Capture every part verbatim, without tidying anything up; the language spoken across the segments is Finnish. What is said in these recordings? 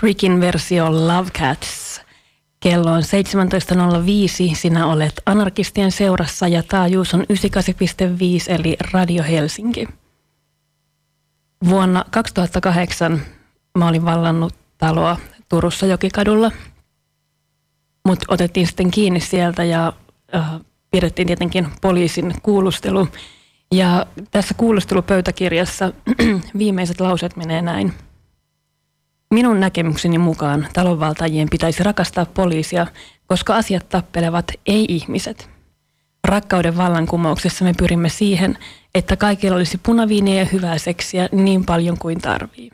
Trickin versio Love Cats. Kello on seitsemäntoista nolla viisi, sinä olet Anarkistien seurassa ja taajuus on yhdeksänkymmentäkahdeksan pilkku viisi eli Radio Helsinki. Vuonna kaksituhattakahdeksan mä olin vallannut taloa Turussa Jokikadulla, mut otettiin sitten kiinni sieltä ja äh, pidettiin tietenkin poliisin kuulustelu. Ja tässä kuulustelupöytäkirjassa viimeiset lauseet menee näin. Minun näkemykseni mukaan talonvaltajien pitäisi rakastaa poliisia, koska asiat tappelevat, ei ihmiset. Rakkauden vallankumouksessa me pyrimme siihen, että kaikilla olisi punaviiniä ja hyvää seksiä niin paljon kuin tarvii.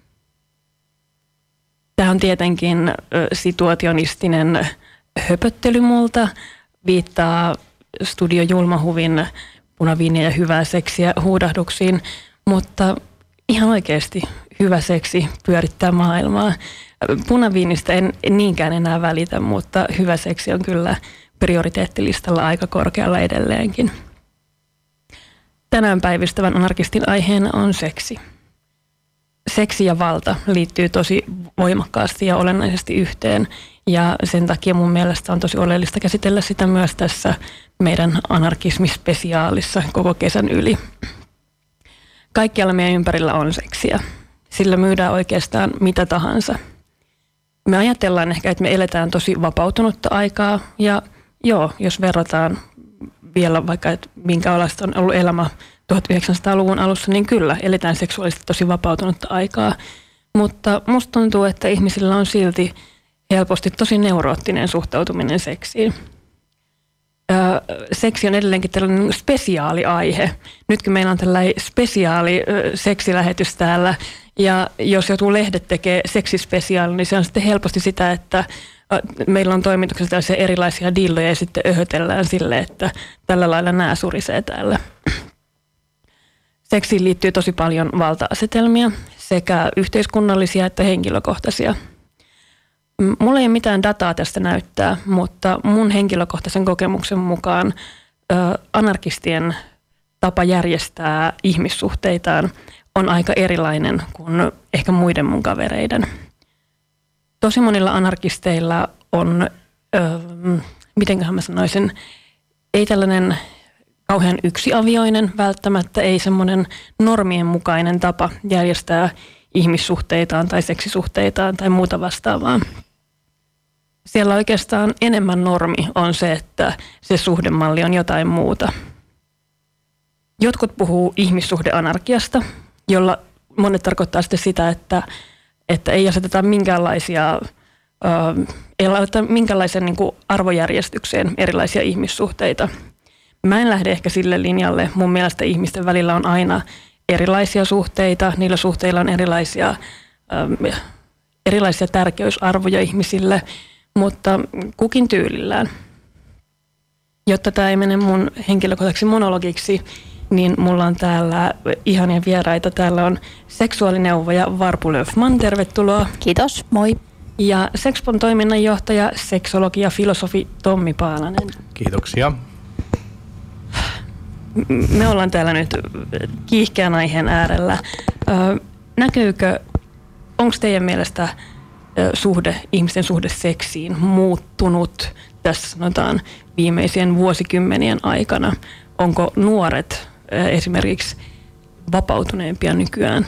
Tämä on tietenkin ö, situationistinen höpöttely multa, viittaa Studio Julmahuvin punaviiniä ja hyvää seksiä huudahduksiin, mutta ihan oikeasti hyvä seksi pyörittää maailmaa. Punaviinistä en niinkään enää välitä, mutta hyvä seksi on kyllä prioriteettilistalla aika korkealla edelleenkin. Tänään päivystävän anarkistin aiheena on seksi. Seksi ja valta liittyy tosi voimakkaasti ja olennaisesti yhteen, ja sen takia mun mielestä on tosi oleellista käsitellä sitä myös tässä meidän anarkismispesiaalissa koko kesän yli. Kaikkialla meidän ympärillä on seksiä. Sillä myydään oikeastaan mitä tahansa. Me ajatellaan ehkä, että me eletään tosi vapautunutta aikaa, ja joo, jos verrataan vielä vaikka, että minkälaista on ollut elämä tuhatyhdeksänsataaluvun alussa, niin kyllä, eletään seksuaalisesti tosi vapautunutta aikaa. Mutta musta tuntuu, että ihmisillä on silti helposti tosi neuroottinen suhtautuminen seksiin. Öö, seksi on edelleenkin tällainen spesiaali aihe. Nytkin meillä on tällainen spesiaali ö, seksilähetys täällä, ja jos joku lehdet tekee seksispesiaali, niin se on sitten helposti sitä, että meillä on toimituksessa tällaisia erilaisia dilloja ja sitten öhötellään sille, että tällä lailla nää surisee täällä. Seksiin liittyy tosi paljon valta-asetelmia, sekä yhteiskunnallisia että henkilökohtaisia. Mulla ei ole mitään dataa tästä näyttää, mutta mun henkilökohtaisen kokemuksen mukaan ö, anarkistien tapa järjestää ihmissuhteitaan on aika erilainen kuin ehkä muiden mun kavereiden. Tosi monilla anarkisteilla on, ö, mitenköhän mä sanoisin, ei tällainen kauhean yksiavioinen välttämättä, ei semmoinen normien mukainen tapa järjestää ihmissuhteitaan tai seksisuhteitaan tai muuta vastaavaa. Siellä oikeastaan enemmän normi on se, että se suhdemalli on jotain muuta. Jotkut puhuu ihmissuhdeanarkiasta, jolla monet tarkoittaa sitten sitä, että, että ei aseteta minkäänlaisia, äh, ei laiteta minkäänlaisen niin kuin arvojärjestykseen erilaisia ihmissuhteita. Mä en lähde ehkä sille linjalle. Mun mielestä ihmisten välillä on aina erilaisia suhteita, niillä suhteilla on erilaisia, ähm, erilaisia tärkeysarvoja ihmisille, mutta kukin tyylillään. Jotta tämä ei mene mun henkilökohtaiseksi monologiksi, niin mulla on täällä ihania vieraita. Täällä on seksuaalineuvoja Varpu Löfman, tervetuloa. Kiitos, moi. Ja Sexpon toiminnanjohtaja, seksologi ja filosofi Tommi Paananen. Kiitoksia. Me ollaan täällä nyt kiihkeän aiheen äärellä. Näkyykö, onko teidän mielestä suhde, ihmisten suhde seksiin muuttunut tässä sanotaan viimeisien vuosikymmenien aikana? Onko nuoret esimerkiksi vapautuneempia nykyään?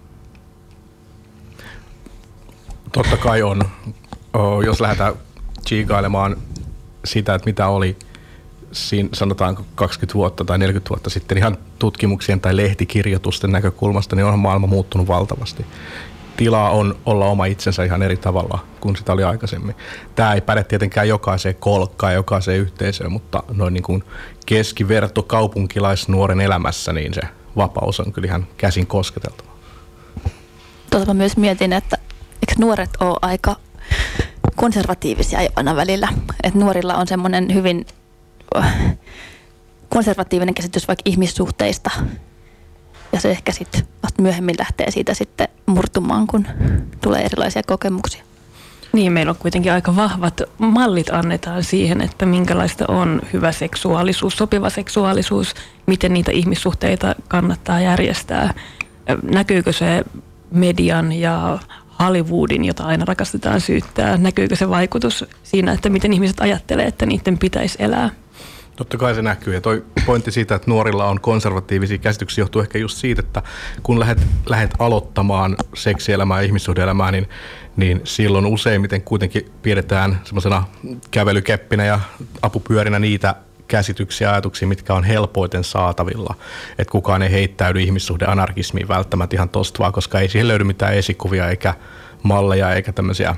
Totta kai on. Jos lähdetään tsiigailemaan sitä, että mitä oli siinä sanotaan kaksikymmentä vuotta tai neljäkymmentä vuotta sitten ihan tutkimuksien tai lehtikirjoitusten näkökulmasta, niin onhan maailma muuttunut valtavasti. Tilaa on olla oma itsensä ihan eri tavalla kuin sitä oli aikaisemmin. Tämä ei päde tietenkään jokaiseen kolkkaan ja jokaiseen yhteisöön, mutta noin niin kuin keskiverto kaupunkilaisnuoren elämässä, niin se vapaus on kyllä ihan käsin kosketeltava. Tuota mä myös mietin, että eikö nuoret ole aika konservatiivisia aina välillä. Että nuorilla on semmoinen hyvin konservatiivinen käsitys vaikka ihmissuhteista. Ja se ehkä sitten vasta myöhemmin lähtee siitä sitten murtumaan, kun tulee erilaisia kokemuksia. Niin, meillä on kuitenkin aika vahvat mallit annetaan siihen, että minkälaista on hyvä seksuaalisuus, sopiva seksuaalisuus, miten niitä ihmissuhteita kannattaa järjestää. Näkyykö se median ja Hollywoodin, jota aina rakastetaan syyttää? Näkyykö se vaikutus siinä, että miten ihmiset ajattelee, että niiden pitäisi elää? Totta kai se näkyy. Ja toi pointti siitä, että nuorilla on konservatiivisia käsityksiä, johtuu ehkä just siitä, että kun lähdet, lähdet aloittamaan seksielämää ja ihmissuhde-elämää, niin, niin silloin useimmiten kuitenkin pidetään semmoisena kävelykeppinä ja apupyörinä niitä käsityksiä ja ajatuksia, mitkä on helpoiten saatavilla. Että kukaan ei heittäydy ihmissuhdeanarkismiin välttämättä ihan tosta vaan, koska ei siihen löydy mitään esikuvia eikä malleja eikä tämmöisiä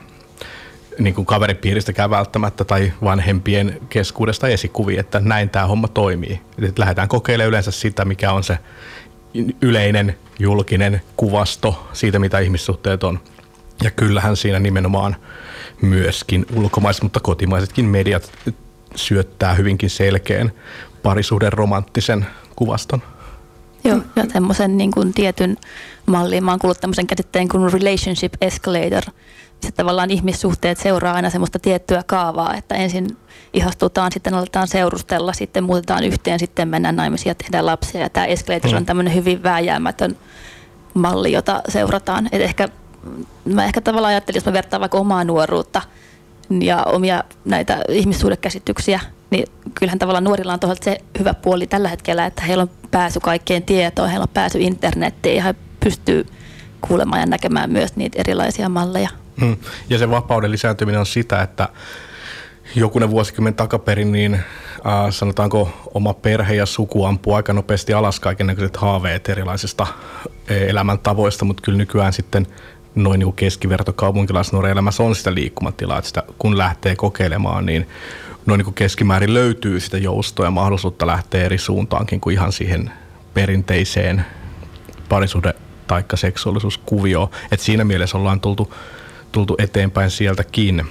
niin kuin kaveripiiristäkään välttämättä tai vanhempien keskuudesta esikuvia, että näin tämä homma toimii. Et lähdetään kokeilemaan yleensä sitä, mikä on se yleinen julkinen kuvasto siitä, mitä ihmissuhteet on. Ja kyllähän siinä nimenomaan myöskin ulkomaiset, mutta kotimaisetkin mediat syöttää hyvinkin selkeän parisuhden romanttisen kuvaston. Joo, ja semmoisen niin kuin tietyn mallin, mä oon kuullut tämmöisen käsitteen kuin relationship escalator, missä tavallaan ihmissuhteet seuraa aina semmoista tiettyä kaavaa, että ensin ihastutaan, sitten aletaan seurustella, sitten muutetaan yhteen, sitten mennään naimisiin ja tehdään lapsia, ja tämä escalator mm. on tämmöinen hyvin vääjäämätön malli, jota seurataan. Et ehkä, mä ehkä tavallaan ajattelin, jos mä vertaan vaikka omaa nuoruutta ja omia näitä ihmissuhdekäsityksiä, niin kyllähän tavallaan nuorilla on toisaalta se hyvä puoli tällä hetkellä, että heillä on pääsy kaikkeen tietoon, heillä on pääsy internettiin ja he pystyy kuulemaan ja näkemään myös niitä erilaisia malleja. Hmm. Ja se vapauden lisääntyminen on sitä, että jokunen vuosikymmen takaperin, niin äh, sanotaanko oma perhe ja suku ampuu aika nopeasti alas kaikennäköiset haaveet erilaisista elämäntavoista, mutta kyllä nykyään sitten noin niin kuin keskiverto kaupunkilaisnuoren elämässä on sitä liikkumatilaa, että sitä, kun lähtee kokeilemaan, niin noin niin kuin keskimäärin löytyy sitä joustoa ja mahdollisuutta lähteä eri suuntaankin kuin ihan siihen perinteiseen parisuhde- taikka seksuaalisuuskuvioon. Että siinä mielessä ollaan tultu, tultu eteenpäin sieltäkin.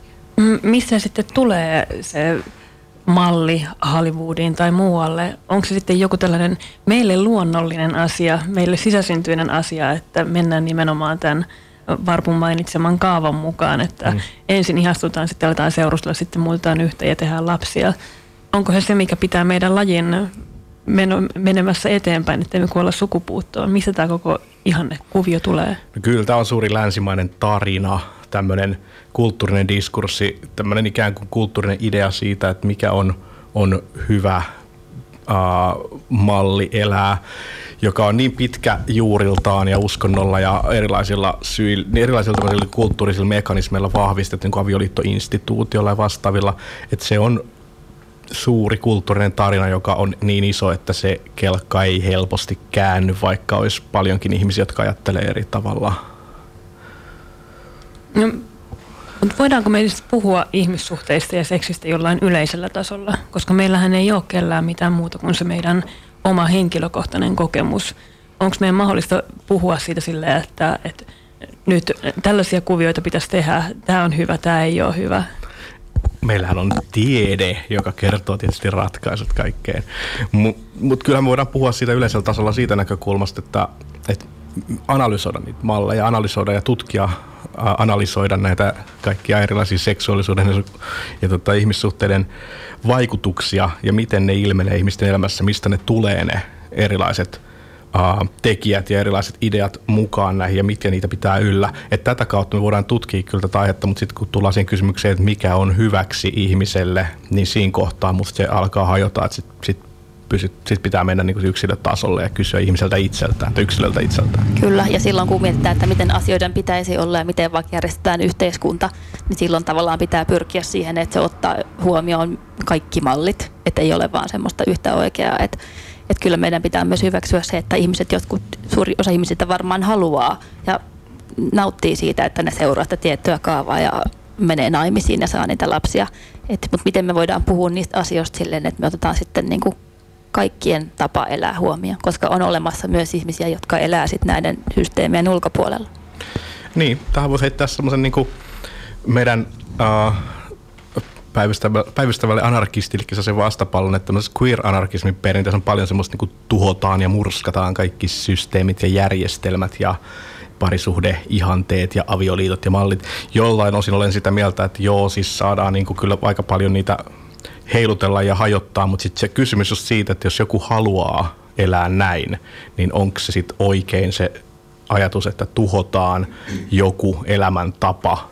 Missä sitten tulee se malli Hollywoodiin tai muualle? Onko se sitten joku tällainen meille luonnollinen asia, meille sisäsyntyinen asia, että mennään nimenomaan tämän Varpun mainitseman kaavan mukaan, että mm. ensin ihastutaan, sitten aletaan seurustella, sitten muutetaan yhteen ja tehdään lapsia. Onko se se, mikä pitää meidän lajin menemässä eteenpäin, ettei me kuolla sukupuuttoon? Mistä tämä koko ihanne kuvio tulee? No kyllä tämä on suuri länsimainen tarina, tämmöinen kulttuurinen diskurssi, tämmöinen ikään kuin kulttuurinen idea siitä, että mikä on, on hyvä uh, malli elää, joka on niin pitkä juuriltaan ja uskonnolla ja erilaisilla, syillä, erilaisilla kulttuurisilla mekanismeilla vahvistettu, niin kuin avioliittoinstituutiolla ja vastaavilla, että se on suuri kulttuurinen tarina, joka on niin iso, että se kelkka ei helposti käänny, vaikka olisi paljonkin ihmisiä, jotka ajattelee eri tavalla. No, mutta voidaanko me puhua ihmissuhteista ja seksistä jollain yleisellä tasolla? Koska meillähän ei ole kellään mitään muuta kuin se meidän oma henkilökohtainen kokemus. Onko meidän mahdollista puhua siitä silleen, että, että nyt tällaisia kuvioita pitäisi tehdä, tämä on hyvä, tämä ei ole hyvä? Meillähän on tiede, joka kertoo tietysti ratkaisut kaikkeen. Mutta mut kyllähän me voidaan puhua siitä yleisellä tasolla siitä näkökulmasta, että, että analysoida niitä malleja, analysoida ja tutkia, analysoida näitä kaikkia erilaisia seksuaalisuuden ja, ja tota, ihmissuhteiden vaikutuksia ja miten ne ilmenee ihmisten elämässä, mistä ne tulee ne erilaiset uh, tekijät ja erilaiset ideat mukaan näihin ja mitkä niitä pitää yllä. Et tätä kautta me voidaan tutkia kyllä tätä aihetta, mutta sitten kun tullaan siihen kysymykseen, että mikä on hyväksi ihmiselle, niin siinä kohtaa musta se alkaa hajota, että sitten sit Sitten pitää mennä niin kuin yksilötasolle ja kysyä ihmiseltä itseltään tai yksilöltä itseltään. Kyllä, ja silloin kun mietitään, että miten asioiden pitäisi olla ja miten vaikka järjestetään yhteiskunta, niin silloin tavallaan pitää pyrkiä siihen, että se ottaa huomioon kaikki mallit, että ei ole vaan semmoista yhtä oikeaa. Että, että kyllä meidän pitää myös hyväksyä se, että ihmiset, jotkut, suuri osa ihmisistä varmaan haluaa ja nauttii siitä, että ne seuraa sitä tiettyä kaavaa ja menee naimisiin ja saa niitä lapsia. Et, mutta miten me voidaan puhua niistä asioista silleen, että me otetaan sitten niin kuin kaikkien tapa elää huomioon, koska on olemassa myös ihmisiä, jotka elää sit näiden systeemien ulkopuolella. Niin, tähän voisi heittää semmoisen niin kuin meidän uh, päivystävälle, päivystävälle anarkistille se vastapallon, että tämmöisessä queer-anarkismin perinteessä on paljon semmoista niin kuin tuhotaan ja murskataan kaikki systeemit ja järjestelmät ja parisuhdeihanteet ja avioliitot ja mallit. Jollain osin olen sitä mieltä, että joo, siis saadaan niin kuin kyllä aika paljon niitä heilutella ja hajottaa, mutta sitten se kysymys on siitä, että jos joku haluaa elää näin, niin onko se sitten oikein se ajatus, että tuhotaan joku elämäntapa.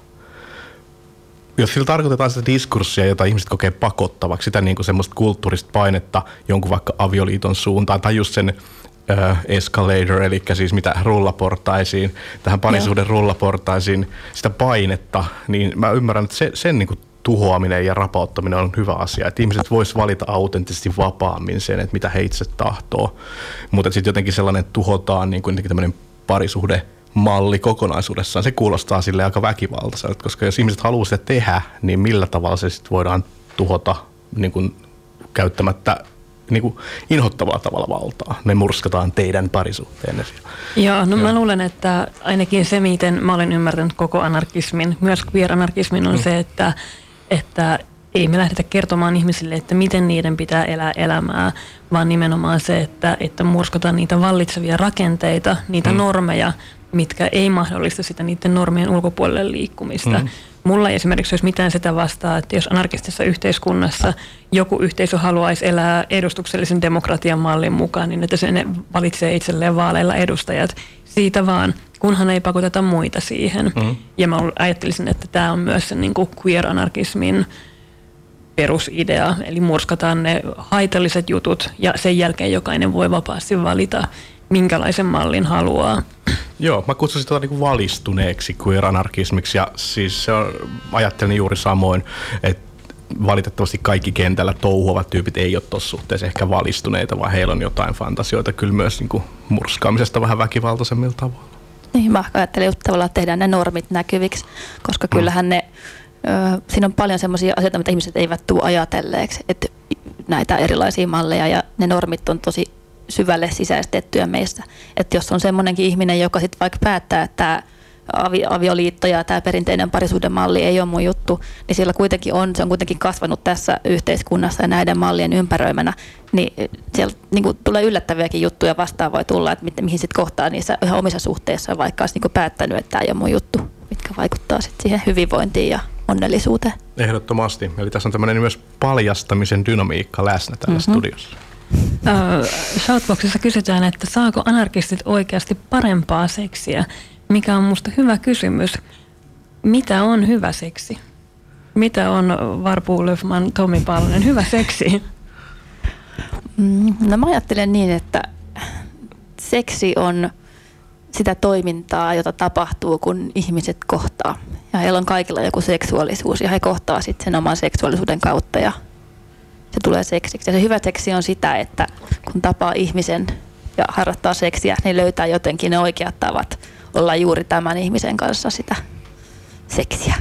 Jos sillä tarkoitetaan sitä diskurssia, jota ihmiset kokee pakottavaksi, sitä niin kuin semmoista kulttuurista painetta jonkun vaikka avioliiton suuntaan tai just sen äh, escalator, eli siis mitä rullaportaisiin, tähän parisuuden rullaportaisiin, sitä painetta, niin mä ymmärrän, että se, sen niin kuin tuhoaminen ja rapauttaminen on hyvä asia, että ihmiset vois valita autenttisesti vapaammin sen, että mitä he itse tahtoo, mutta sitten jotenkin sellainen tuhotaan niin kuin tämmöinen parisuhde malli kokonaisuudessaan, se kuulostaa sille aika väkivaltaiselta, koska jos ihmiset haluaa sitä tehdä, niin millä tavalla se sitten voidaan tuhota niin kuin käyttämättä niin kuin inhottavalla tavalla valtaa. Me murskataan teidän parisuhteenne. Joo, no mä luulen, että ainakin se, miten mä olen ymmärtänyt koko anarkismin, myös queer-anarkismin, on mm. se, että, että ei me lähdetä kertomaan ihmisille, että miten niiden pitää elää elämää, vaan nimenomaan se, että, että murskataan niitä vallitsevia rakenteita, niitä mm. normeja, mitkä ei mahdollista sitä niiden normien ulkopuolelle liikkumista. Mm. Mulla ei esimerkiksi olisi mitään sitä vastaa, että jos anarkistisessa yhteiskunnassa joku yhteisö haluaisi elää edustuksellisen demokratian mallin mukaan, niin että se valitsee itselleen vaaleilla edustajat siitä vaan, kunhan ei pakoteta muita siihen. Mm. Ja mä ajattelisin, että tämä on myös se niin kuin queer-anarkismin perusidea, eli murskataan ne haitalliset jutut ja sen jälkeen jokainen voi vapaasti valita, minkälaisen mallin haluaa. Joo, mä kutsusin tota niinku valistuneeksi queer-anarkismiksi ja siis se on, ajattelen juuri samoin, että valitettavasti kaikki kentällä touhuavat tyypit ei ole tuossa suhteessa ehkä valistuneita, vaan heillä on jotain fantasioita kyllä myös niinku murskaamisesta vähän väkivaltaisemmilla tavoilla. Niin, mä ajattelen just tavallaan, että tehdään ne normit näkyviksi, koska kyllähän ne, ö, siinä on paljon semmoisia asioita, mitä ihmiset eivät tule ajatelleeksi, että näitä erilaisia malleja ja ne normit on tosi syvälle sisäistettyä meistä. Että jos on semmoinenkin ihminen, joka sitten vaikka päättää, että tämä avi, avioliitto ja tämä perinteinen parisuuden malli ei ole mun juttu, niin sillä kuitenkin on, se on kuitenkin kasvanut tässä yhteiskunnassa ja näiden mallien ympäröimänä, niin siellä niin kuin tulee yllättäviäkin juttuja vastaan voi tulla, että mihin sitten kohtaa niissä ihan omissa suhteissa, vaikka olisi niin kuin päättänyt, että tämä ei ole mun juttu, mitkä vaikuttaa sitten siihen hyvinvointiin ja onnellisuuteen. Ehdottomasti. Eli tässä on tämmöinen myös paljastamisen dynamiikka läsnä täällä mm-hmm. studiossa. Shoutboxissa kysytään, että saako anarkistit oikeasti parempaa seksiä, mikä on musta hyvä kysymys. Mitä on hyvä seksi? Mitä on Varpu Löfman, Tommi Palonen hyvä seksi? No mä ajattelen niin, että seksi on sitä toimintaa, jota tapahtuu, kun ihmiset kohtaa. Ja heillä on kaikilla joku seksuaalisuus ja he kohtaa sitten sen oman seksuaalisuuden kautta ja se tulee seksiksi. Ja se hyvä seksi on sitä, että kun tapaa ihmisen ja harrastaa seksiä, niin löytää jotenkin ne oikeat tavat olla juuri tämän ihmisen kanssa sitä seksiä.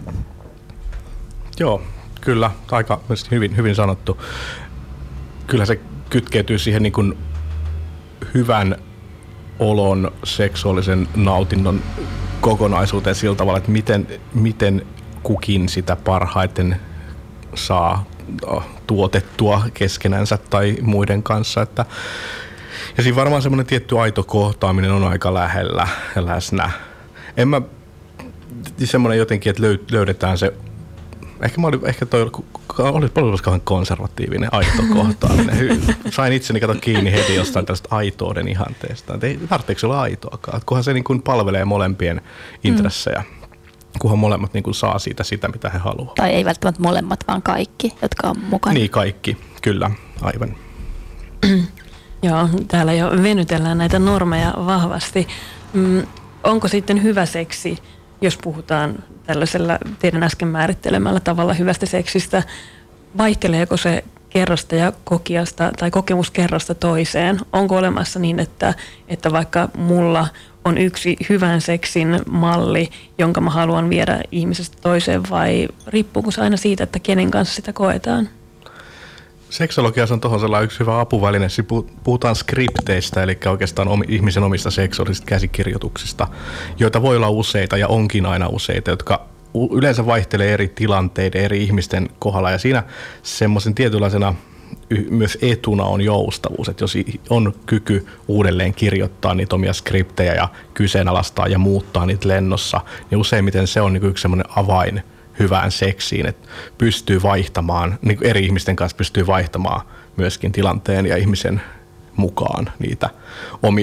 Joo, kyllä. Aika hyvin, hyvin sanottu. Kyllä se kytkeytyy siihen niin kuin hyvän olon, seksuaalisen nautinnon kokonaisuuteen sillä tavalla, että miten, miten kukin sitä parhaiten saa tuotettua keskenänsä tai muiden kanssa. Että, ja siinä varmaan semmoinen tietty aito kohtaaminen on aika lähellä ja läsnä. En mä, semmoinen jotenkin, että löydetään se, ehkä mä olin, ehkä toi oli paljon kauhean konservatiivinen aito kohtaaminen. Sain itseni kato kiinni heti jostain tällaista aitouden ihanteesta. Ei tarvitseeko olla aitoakaan, kunhan se niin kuin palvelee molempien intressejä. Mm. Kunhan molemmat niin kuin saa siitä sitä, mitä he haluavat. Tai ei välttämättä molemmat, vaan kaikki, jotka on mukana. Niin, kaikki. Kyllä, aivan. Joo, täällä jo venytellään näitä normeja vahvasti. Mm, onko sitten hyvä seksi, jos puhutaan tällaisella teidän äsken määrittelemällä tavalla hyvästä seksistä, vaihteleeko se kerrasta ja kokiasta tai kokemuskerrasta toiseen? Onko olemassa niin, että, että vaikka mulla on yksi hyvän seksin malli, jonka mä haluan viedä ihmisestä toiseen, vai riippuuko se aina siitä, että kenen kanssa sitä koetaan? Seksologiassa on tuohon sellainen yksi hyvä apuväline. Puhutaan skripteistä, eli oikeastaan ihmisen omista seksuaalisista käsikirjoituksista, joita voi olla useita ja onkin aina useita, jotka yleensä vaihtelee eri tilanteiden, eri ihmisten kohdalla. Ja siinä semmoisen tietynlaisena myös etuna on joustavuus, että jos on kyky uudelleen kirjoittaa niitä omia skriptejä ja kyseenalaistaa ja muuttaa niitä lennossa, niin useimmiten se on yksi semmoinen avain hyvään seksiin, että pystyy vaihtamaan, niin eri ihmisten kanssa pystyy vaihtamaan myöskin tilanteen ja ihmisen mukaan niitä omia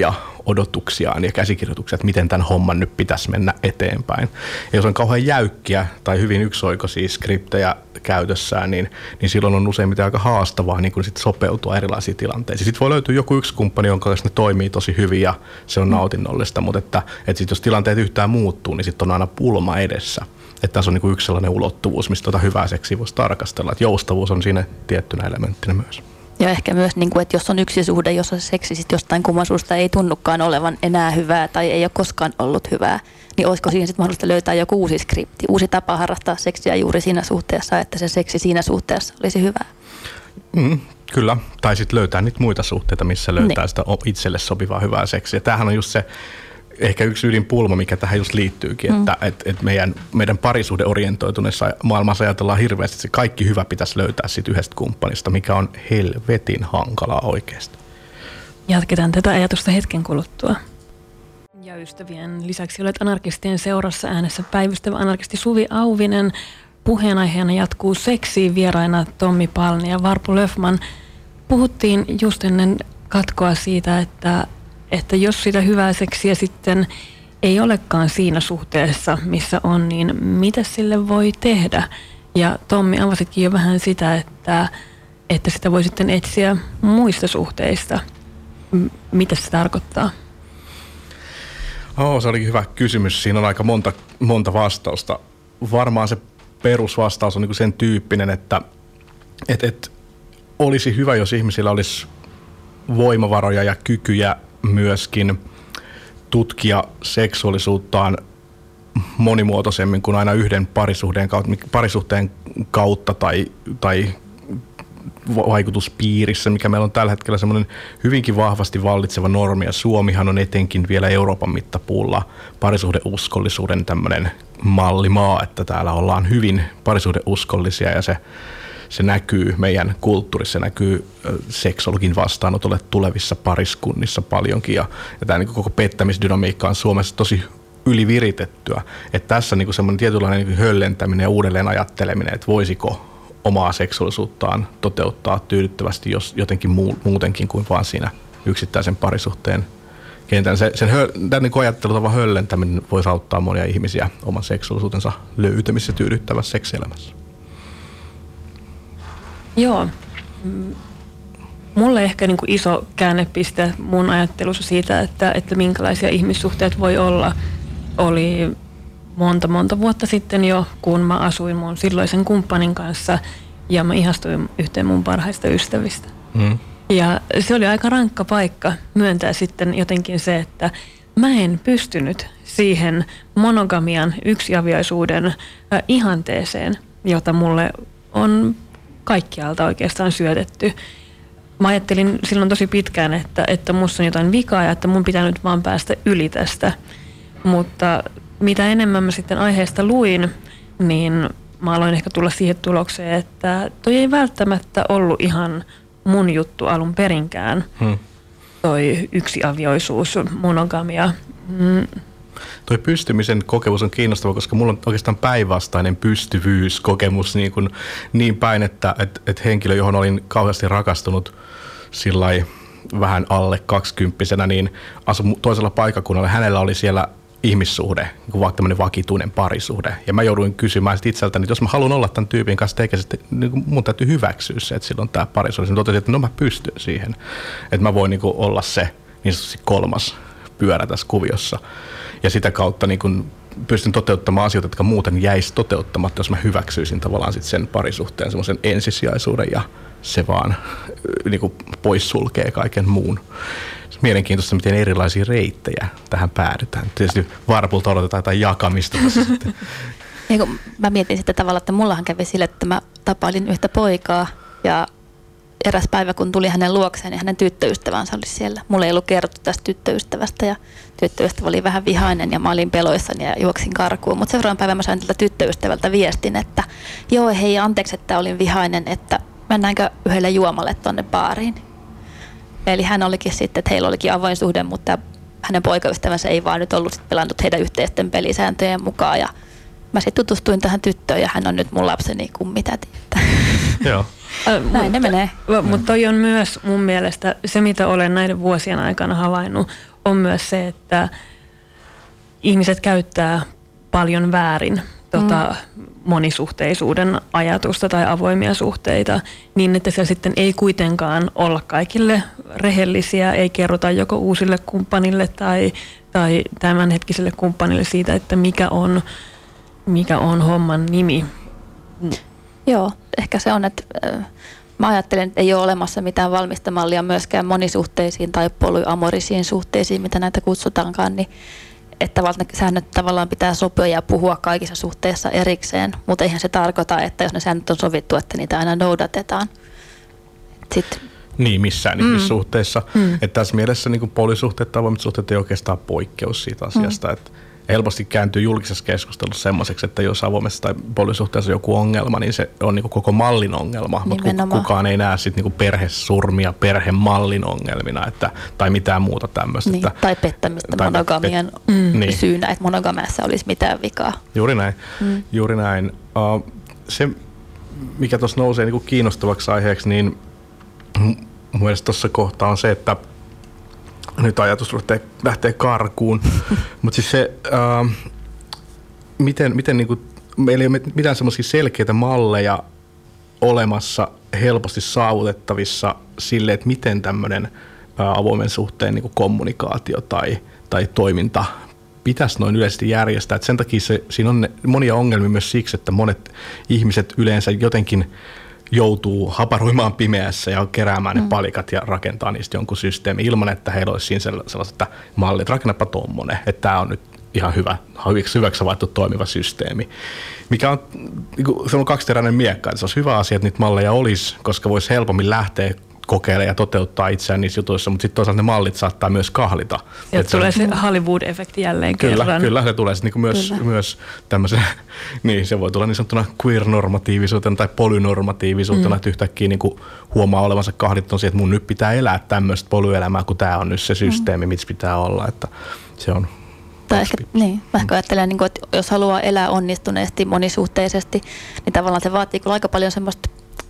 odotuksiaan ja käsikirjoituksia, että miten tämän homman nyt pitäisi mennä eteenpäin. Ja jos on kauhean jäykkiä tai hyvin yksioikoisia skriptejä käytössään, niin, niin silloin on useimmiten aika haastavaa niin kun sit sopeutua erilaisiin tilanteisiin. Sitten voi löytyä joku yksi kumppani, jonka kanssa ne toimii tosi hyvin ja se on nautinnollista, mutta että, että sit jos tilanteet yhtään muuttuu, niin sitten on aina pulma edessä. Että tässä on niin kuin yksi sellainen ulottuvuus, mistä tuota hyvää seksiä voisi tarkastella. Että joustavuus on siinä tiettynä elementtinä myös. Ja ehkä myös, niin kuin, että jos on yksi suhde, jossa se seksi sit jostain kumman suusta ei tunnukaan olevan enää hyvää tai ei ole koskaan ollut hyvää, niin olisiko siihen sitten mahdollista löytää joku uusi skripti, uusi tapa harrastaa seksiä juuri siinä suhteessa, että se seksi siinä suhteessa olisi hyvää? Mm, kyllä. Tai sitten löytää niitä muita suhteita, missä löytää niin. sitä itselle sopivaa hyvää seksiä. Tämähän on just se ehkä yksi ydinpulma, mikä tähän just liittyykin, mm. että et, et meidän, meidän parisuhdeorientoituneessa maailmassa ajatellaan hirveästi, että se kaikki hyvä pitäisi löytää siitä yhdestä kumppanista, mikä on helvetin hankalaa oikeasti. Jatketaan tätä ajatusta hetken kuluttua. Ja ystävien lisäksi olet Anarkistien seurassa äänessä päivystävä anarkisti Suvi Auvinen. Puheenaiheena jatkuu seksiin, vieraina Tommi Palni ja Varpu Löfman. Puhuttiin just ennen katkoa siitä, että että jos sitä hyvää seksiä sitten ei olekaan siinä suhteessa, missä on, niin mitä sille voi tehdä? Ja Tommi, avasitkin jo vähän sitä, että, että sitä voi sitten etsiä muista suhteista. M- mitä se tarkoittaa? Oh, se olikin hyvä kysymys. Siinä on aika monta, monta vastausta. Varmaan se perusvastaus on niin kuin sen tyyppinen, että et, et olisi hyvä, jos ihmisillä olisi voimavaroja ja kykyjä myöskin tutkia seksuaalisuuttaan monimuotoisemmin kuin aina yhden parisuhteen kautta, parisuhteen kautta tai, tai vaikutuspiirissä, mikä meillä on tällä hetkellä semmoinen hyvinkin vahvasti vallitseva normi, ja Suomihan on etenkin vielä Euroopan mittapuulla parisuhdeuskollisuuden tämmöinen mallimaa, että täällä ollaan hyvin parisuhdeuskollisia ja se Se näkyy meidän kulttuurissa, se näkyy seksologin vastaanotolle tulevissa pariskunnissa paljonkin. Ja, ja tämä niin koko pettämisdynamiikka on Suomessa tosi yliviritettyä. Että tässä niin semmoinen tietynlainen niin höllentäminen ja uudelleen ajatteleminen, että voisiko omaa seksuaalisuuttaan toteuttaa tyydyttävästi jos jotenkin muu, muutenkin kuin vaan siinä yksittäisen parisuhteen kentän. Se, sen tämän niin ajattelutavan höllentäminen voisi auttaa monia ihmisiä oman seksuaalisuutensa löytämisessä tyydyttävässä seksielämässä. Joo. Mulle ehkä niin kuin iso käännepiste mun ajattelussa siitä, että, että minkälaisia ihmissuhteet voi olla, oli monta monta vuotta sitten jo, kun mä asuin mun silloisen kumppanin kanssa ja mä ihastuin yhteen mun parhaista ystävistä. Mm. Ja se oli aika rankka paikka myöntää sitten jotenkin se, että mä en pystynyt siihen monogamian yksiavioisuuden äh, ihanteeseen, jota mulle on kaikkialta oikeastaan syötetty. Mä ajattelin silloin tosi pitkään, että, että musta on jotain vikaa ja että mun pitää nyt vaan päästä yli tästä. Mutta mitä enemmän mä sitten aiheesta luin, niin mä aloin ehkä tulla siihen tulokseen, että toi ei välttämättä ollut ihan mun juttu alun perinkään. Hmm. Toi yksiavioisuus, monogamia. Mm. Toi pystymisen kokemus on kiinnostava, koska mulla on oikeastaan päinvastainen pystyvyyskokemus niin, kuin, niin päin, että et, et henkilö, johon olin kauheasti rakastunut sillai vähän alle kaksikymppisenä, niin asui toisella paikkakunnalla. Hänellä oli siellä ihmissuhde, niin vaikka tämmöinen vakituinen parisuhde. Ja mä jouduin kysymään itseltäni, että jos mä haluan olla tämän tyypin kanssa tekemistä, niin mun täytyy hyväksyä se, että silloin tämä parisuhde. Mä totesin, että no mä pystyn siihen, että mä voin niin kuin olla se niin sanotusti kolmas pyörä tässä kuviossa. Ja sitä kautta niin kun pystyn toteuttamaan asioita, jotka muuten jäisi toteuttamatta, jos mä hyväksyisin tavallaan sit sen parisuhteen semmoisen ensisijaisuuden ja se vaan niin kun poissulkee kaiken muun. Mielenkiintoista, miten erilaisia reittejä tähän päädytään. Tietysti Varpulta odotetaan jotain jakamista tässä sitten. Ja kun mä mietin sitä tavalla, että mullahan kävi sille, että mä tapailin yhtä poikaa ja eräs päivä, kun tuli hänen luokseen, niin hänen tyttöystävänsä oli siellä. Mulle ei ollut kerrottu tästä tyttöystävästä ja tyttöystävä oli vähän vihainen ja mä olin peloissani ja juoksin karkuun. Mutta seuraavan päivän mä sain tältä tyttöystävältä viestin, että joo hei anteeksi, että olin vihainen, että mennäänkö yhdelle juomalle tonne baariin. Eli hän olikin sitten, että heillä olikin avoin suhde, mutta hänen poikaystävänsä ei vaan nyt ollut sit pelannut heidän yhteisten pelisääntöjen mukaan. Ja mä sitten tutustuin tähän tyttöön ja hän on nyt mun lapseni kummitäti. Joo. Näin mutta, ne menee. Mutta toi on myös mun mielestä se, mitä olen näiden vuosien aikana havainnut, on myös se, että ihmiset käyttää paljon väärin tota, mm. monisuhteisuuden ajatusta tai avoimia suhteita niin, että se sitten ei kuitenkaan olla kaikille rehellisiä, ei kerrota joko uusille kumppanille tai, tai tämänhetkiselle kumppanille siitä, että mikä on, mikä on homman nimi. Joo, ehkä se on, että äh, mä ajattelen, että ei ole olemassa mitään valmista mallia myöskään monisuhteisiin tai polyamorisiin suhteisiin, mitä näitä kutsutaankaan, niin että säännöt tavallaan pitää sopia ja puhua kaikissa suhteissa erikseen, mutta eihän se tarkoita, että jos ne säännöt on sovittu, että niitä aina noudatetaan. Sitten niin, missään mm. ihmissuhteissa. Mm. Että tässä mielessä niin polysuhteet tai avoimet suhteet ei oikeastaan poikkeus siitä asiasta, mm. että helposti kääntyy julkisessa keskustelussa semmoiseksi, että jos avoimessa tai polysuhteessa on joku ongelma, niin se on niin koko mallin ongelma, mutta kukaan ei näe sit niin perhesurmia perhemallin ongelmina että, tai mitään muuta tämmöistä. Niin, että, tai pettämistä tai monogamian pet- mm. niin. syynä, että monogamiassa olisi mitään vikaa. Juuri näin. Mm. Juuri näin. Uh, se, mikä tuossa nousee niin kiinnostavaksi aiheeksi, niin mun mielestä tuossa kohtaa on se, että nyt ajatus lähtee, lähtee karkuun, mutta siis se, äh, miten, miten niinku, meillä ei ole mitään semmoisia selkeitä malleja olemassa helposti saavutettavissa sille, että miten tämmöinen äh, avoimen suhteen niinku kommunikaatio tai, tai toiminta pitäisi noin yleisesti järjestää. Et sen takia se, siinä on monia ongelmia myös siksi, että monet ihmiset yleensä jotenkin joutuu haparoimaan pimeässä ja keräämään mm. ne palikat ja rakentaa niistä jonkun systeemi ilman, että heillä olisi siinä sellaiset, että mallit, rakennapa tommonen, että tämä on nyt ihan hyvä, hyväksi, hyväksi havaittu toimiva systeemi. Mikä on, se on kaksiteräinen miekka, että se olisi hyvä asia, että niitä malleja olisi, koska voisi helpommin lähteä kokeilemaan ja toteuttaa itseään niissä jutuissa, mutta sitten toisaalta ne mallit saattaa myös kahlita. Ja tulee se Hollywood-efekti jälleen kyllä, kerran. Kyllä, se tulee sitten niinku myös, myös tämmöisen, niin se voi tulla niin sanottuna queer-normatiivisuutena tai polynormatiivisuutena, mm. että yhtäkkiä niinku huomaa olevansa kahlittunut siihen, että mun nyt pitää elää tämmöistä polyelämää, kun tämä on nyt se systeemi, mm. missä pitää olla, että se on. Tai ehkä, niin, mä ehkä ajattelen, että jos haluaa elää onnistuneesti, monisuhteisesti, niin tavallaan se vaatii kyllä aika paljon semmoista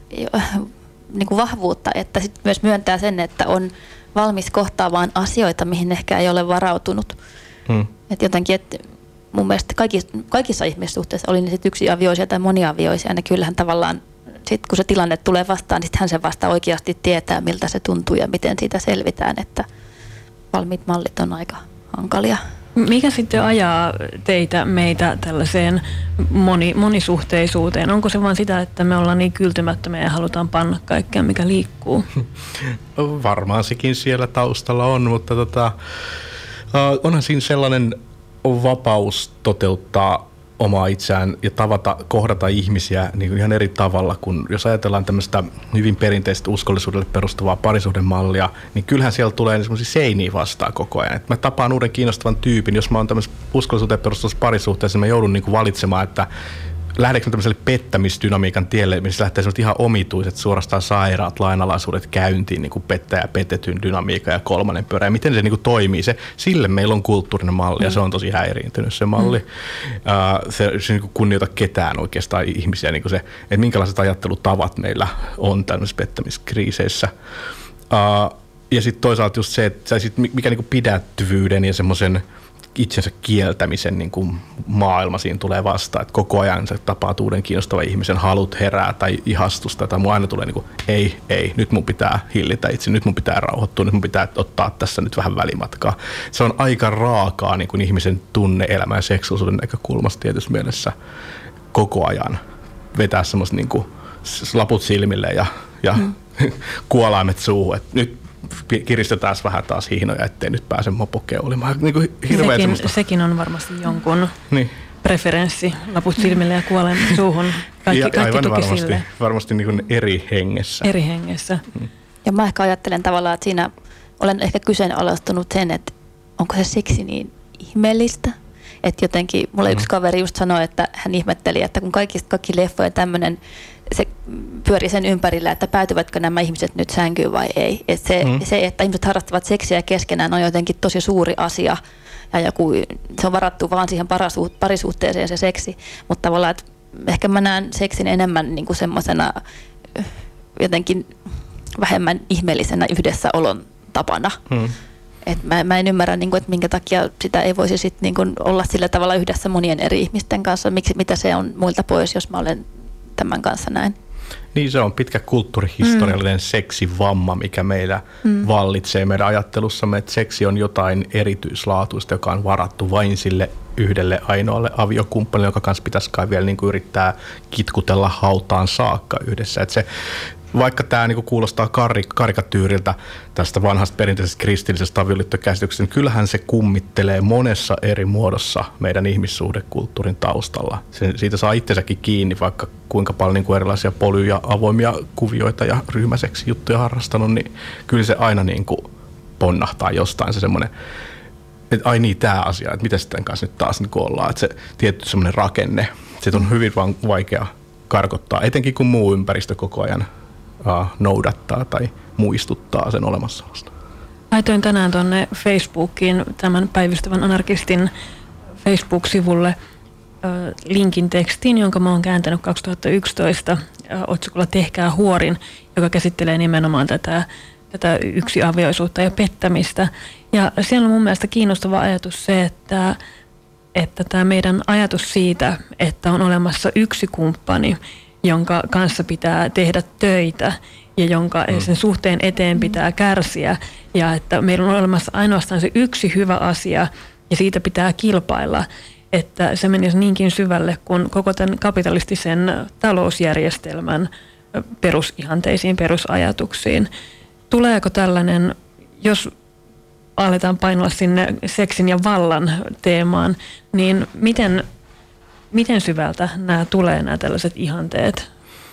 niin kuin vahvuutta, että sit myös myöntää sen, että on valmis kohtaamaan asioita, mihin ehkä ei ole varautunut. Hmm. Et jotenkin, että mun mielestä kaikissa, kaikissa ihmissuhteissa, oli ne sitten yksiavioisia tai moniavioisia, niin kyllähän tavallaan, sit kun se tilanne tulee vastaan, niin hän se vasta oikeasti tietää, miltä se tuntuu ja miten siitä selvitään, että valmiit mallit on aika hankalia. Mikä sitten ajaa teitä, meitä tällaiseen moni, monisuhteisuuteen? Onko se vain sitä, että me ollaan niin kyltymättömiä ja halutaan panna kaikkea, mikä liikkuu? Varmaan sekin siellä taustalla on, mutta tota, onhan siinä sellainen vapaus toteuttaa omaa itseään ja tavata, kohdata ihmisiä niin kuin ihan eri tavalla, kun jos ajatellaan tämmöistä hyvin perinteistä uskollisuudelle perustuvaa parisuhdemallia, niin kyllähän siellä tulee semmoisia seiniä vastaan koko ajan. Et mä tapaan uuden kiinnostavan tyypin, jos mä oon tämmöisessä uskollisuuteen perustuvassa parisuhteessa, niin mä joudun niin kuin valitsemaan, että lähdekö mä tämmöiselle pettämisdynamiikan tielle, missä lähtee semmoiset ihan omituiset, suorastaan sairaat lainalaisuudet käyntiin, niin kuin pettäjä ja petetyn dynamiikan ja kolmannen pyörä. Ja miten se niin kuin toimii? Se, sille meillä on kulttuurinen malli ja se on tosi häiriintynyt se malli. Mm. Uh, se se niin kuin kunnioita ketään oikeastaan ihmisiä, niin kuin se, että minkälaiset ajattelutavat meillä on tämmöisissä pettämiskriiseissä. Uh, ja sitten toisaalta just se, että sit mikä niin kuin pidättyvyyden ja semmoisen itsensä kieltämisen niin kuin maailma siinä tulee vastaan, että koko ajan sä tapaat uuden kiinnostavan ihmisen, halut herää tai ihastusta, tai mun aina tulee niin kuin, ei, ei, nyt mun pitää hillitä itse, nyt mun pitää rauhoittua, nyt mun pitää ottaa tässä nyt vähän välimatkaa. Se on aika raakaa niin kuin ihmisen tunne-elämä ja seksuaalisuuden näkökulmasta tietysti mielessä koko ajan vetää semmoista niin kuin laput silmille ja, ja mm. kuolaimet suuhun, että nyt kiristetään vähän taas hihnoja, ettei nyt pääse mopokeulimaan. Niin sekin, semmoista. Sekin on varmasti jonkun niin. preferenssi, laput silmille ja kuolen suuhun. Kaikki, ja, kaikki tuki varmasti, sille. Varmasti niin kuin eri hengessä. Eri hengessä. Hmm. Ja mä ehkä ajattelen tavallaan, että siinä olen ehkä kyseenalaistunut sen, että onko se seksi niin ihmeellistä. Että jotenkin, mulle yksi kaveri just sanoi, että hän ihmetteli, että kun kaikki, kaikki leffoja tämmöinen, se pyörii sen ympärillä, että päätyvätkö nämä ihmiset nyt sänkyyn vai ei. Et se, mm. se, että ihmiset harrastavat seksiä keskenään on jotenkin tosi suuri asia ja joku, se on varattu vaan siihen parisuhteeseen se seksi, mutta tavallaan, että ehkä mä näen seksin enemmän niin kuin semmoisena jotenkin vähemmän ihmeellisenä yhdessäolon tapana. Mm. Et mä, mä en ymmärrä, niin kuin, että minkä takia sitä ei voisi sit, niin kuin, olla sillä tavalla yhdessä monien eri ihmisten kanssa. Miksi, mitä se on muilta pois, jos mä olen tämän kanssa näin? Niin se on pitkä kulttuurihistoriallinen mm. seksivamma, mikä meillä mm. vallitsee meidän ajattelussamme, että seksi on jotain erityislaatuista, joka on varattu vain sille yhdelle ainoalle aviokumppanille, joka kanssa pitäisi kai vielä niin kuin yrittää kitkutella hautaan saakka yhdessä. Että se, vaikka tämä niin kuin kuulostaa kar- karikatyyriltä tästä vanhasta perinteisestä kristillisestä avioliittokäsityksestä, niin kyllähän se kummittelee monessa eri muodossa meidän ihmissuhdekulttuurin taustalla. Se, siitä saa itsensäkin kiinni, vaikka kuinka paljon niin kuin erilaisia polyja, avoimia kuvioita ja ryhmäseksi juttuja harrastanut, niin kyllä se aina niin kuin ponnahtaa jostain se semmoinen, että ai niin, tämä asia, että miten sitten kanssa nyt taas niin ollaan, että se tietty semmoinen rakenne, se on hyvin vaikea karkottaa, etenkin kun muu ympäristö koko ajan uh, noudattaa tai muistuttaa sen olemassaolosta. Laitoin tänään tuonne Facebookiin tämän päivystävän anarkistin Facebook-sivulle ö, linkin tekstiin, jonka mä oon kääntänyt kaksituhattayksitoista ö, otsikolla Tehkää huorin, joka käsittelee nimenomaan tätä tätä yksiavioisuutta ja pettämistä. Ja siellä on mun mielestä kiinnostava ajatus se, että, että tämä meidän ajatus siitä, että on olemassa yksi kumppani, jonka kanssa pitää tehdä töitä ja jonka mm. sen suhteen eteen pitää kärsiä ja että meillä on olemassa ainoastaan se yksi hyvä asia ja siitä pitää kilpailla, että se menisi niinkin syvälle kuin koko tämän kapitalistisen talousjärjestelmän perusihanteisiin, perusajatuksiin. Tuleeko tällainen, jos aletaan painella sinne seksin ja vallan teemaan, niin miten, miten syvältä nämä tulee, nämä tällaiset ihanteet?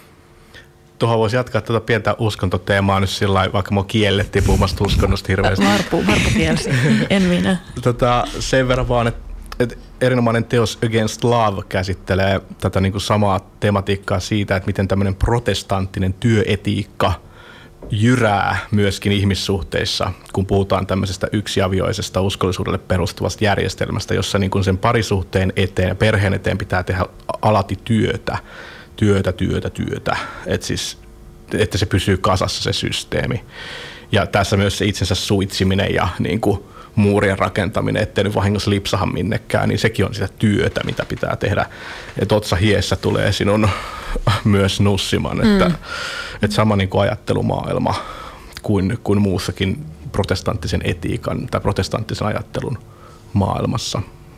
Tuohon voisi jatkaa tuota pientä uskontoteemaa nyt sillä lailla, vaikka mua kiellettiin puhumasta uskonnosta hirveästi. Varpu, varpu kielsi, en minä. Tota, sen verran vaan, että, että erinomainen teos Against Love käsittelee tätä niin kuin samaa tematiikkaa siitä, että miten tämmöinen protestanttinen työetiikka jyrää myöskin ihmissuhteissa, kun puhutaan tämmöisestä yksiavioisesta uskollisuudelle perustuvasta järjestelmästä, jossa niin kuin sen parisuhteen eteen ja perheen eteen pitää tehdä alati työtä, työtä, työtä, työtä, että siis, että se pysyy kasassa se systeemi. Ja tässä myös se itsensä suitsiminen ja niin kuin muurien rakentaminen, ettei nyt vahingossa lipsaha minnekään, niin sekin on sitä työtä, mitä pitää tehdä. Että otsa hiessä tulee sinun myös nussimaan, että, mm. että sama niin kuin ajattelumaailma kuin, kuin muussakin protestanttisen etiikan tai protestanttisen ajattelun maailmassa.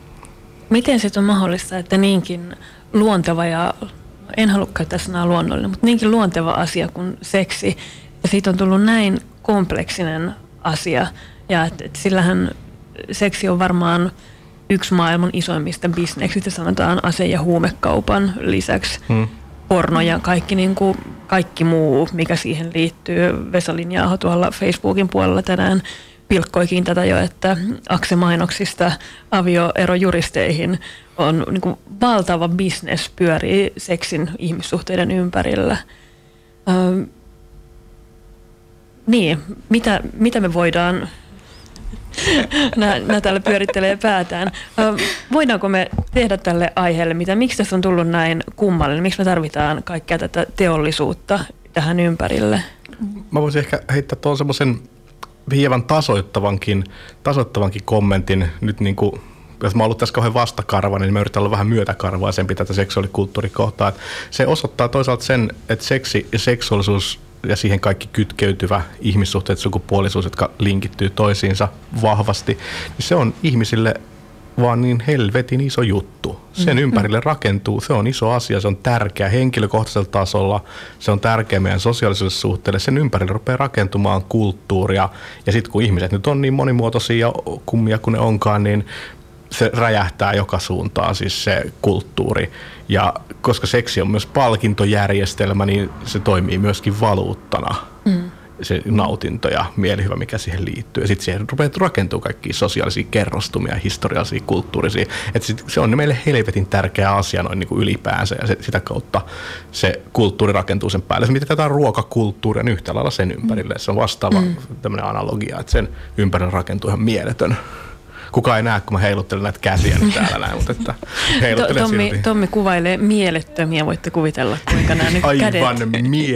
Miten sitten on mahdollista, että niinkin luonteva ja, en halua käyttää sanaa luonnollinen, mutta niinkin luonteva asia kuin seksi, ja siitä on tullut näin kompleksinen asia, ja että et sillähän seksi on varmaan yksi maailman isoimmista bisneksistä, sanotaan ase- ja huumekaupan lisäksi. Hmm. Porno ja kaikki, niin kuin, kaikki muu, mikä siihen liittyy. Vesa Linja-aho tuolla Facebookin puolella tänään pilkkoikin tätä jo, että Akse-mainoksista avioerojuristeihin on niin kuin valtava bisnes pyörii seksin ihmissuhteiden ympärillä. Ähm, niin, mitä, mitä me voidaan... Nämä, nämä täällä pyörittelee päätään. Voidaanko me tehdä tälle aiheelle mitä? Miksi tässä on tullut näin kummallinen? Miksi me tarvitaan kaikkea tätä teollisuutta tähän ympärille? Mä voisin ehkä heittää tuon semmoisen hieman tasoittavankin, tasoittavankin kommentin. Nyt niin kuin, jos mä oon ollut tässä kauhean vastakarva, niin mä yritän olla vähän myötäkarvaisempi tätä seksuaalikulttuurikohtaa. Se osoittaa toisaalta sen, että seksi ja seksuaalisuus ja siihen kaikki kytkeytyvä ihmissuhteet, sukupuolisuus, jotka linkittyy toisiinsa vahvasti, niin se on ihmisille vaan niin helvetin iso juttu. Sen ympärille rakentuu, se on iso asia, se on tärkeä henkilökohtaisella tasolla, se on tärkeä meidän sosiaaliselle suhteelle, sen ympärille rupeaa rakentumaan kulttuuria, ja sitten kun ihmiset nyt on niin monimuotoisia ja kummia kuin ne onkaan, niin se räjähtää joka suuntaan, siis se kulttuuri. Ja koska seksi on myös palkintojärjestelmä, niin se toimii myöskin valuuttana. Mm. Se nautinto ja mielihyvä, mikä siihen liittyy. Ja sitten siihen rupeaa rakentua kaikkia sosiaalisia kerrostumia, historiallisia, kulttuurisia. Että se on meille helvetin tärkeä asia noin niin kuin ylipäänsä, ja se, sitä kautta se kulttuuri rakentuu sen päälle. Se mietitään ruokakulttuuria, niin yhtä lailla sen ympärille. Se on vastaava mm. tämmöinen analogia, että sen ympärille rakentuu ihan mieletön. Kukaan ei näe, kun mä heiluttelen näitä käsiä nyt täällä näin, mutta että heiluttelen Tommi, silti. Tommi kuvailee mielettömiä, voitte kuvitella, kuinka nämä nyt kädet. Aivan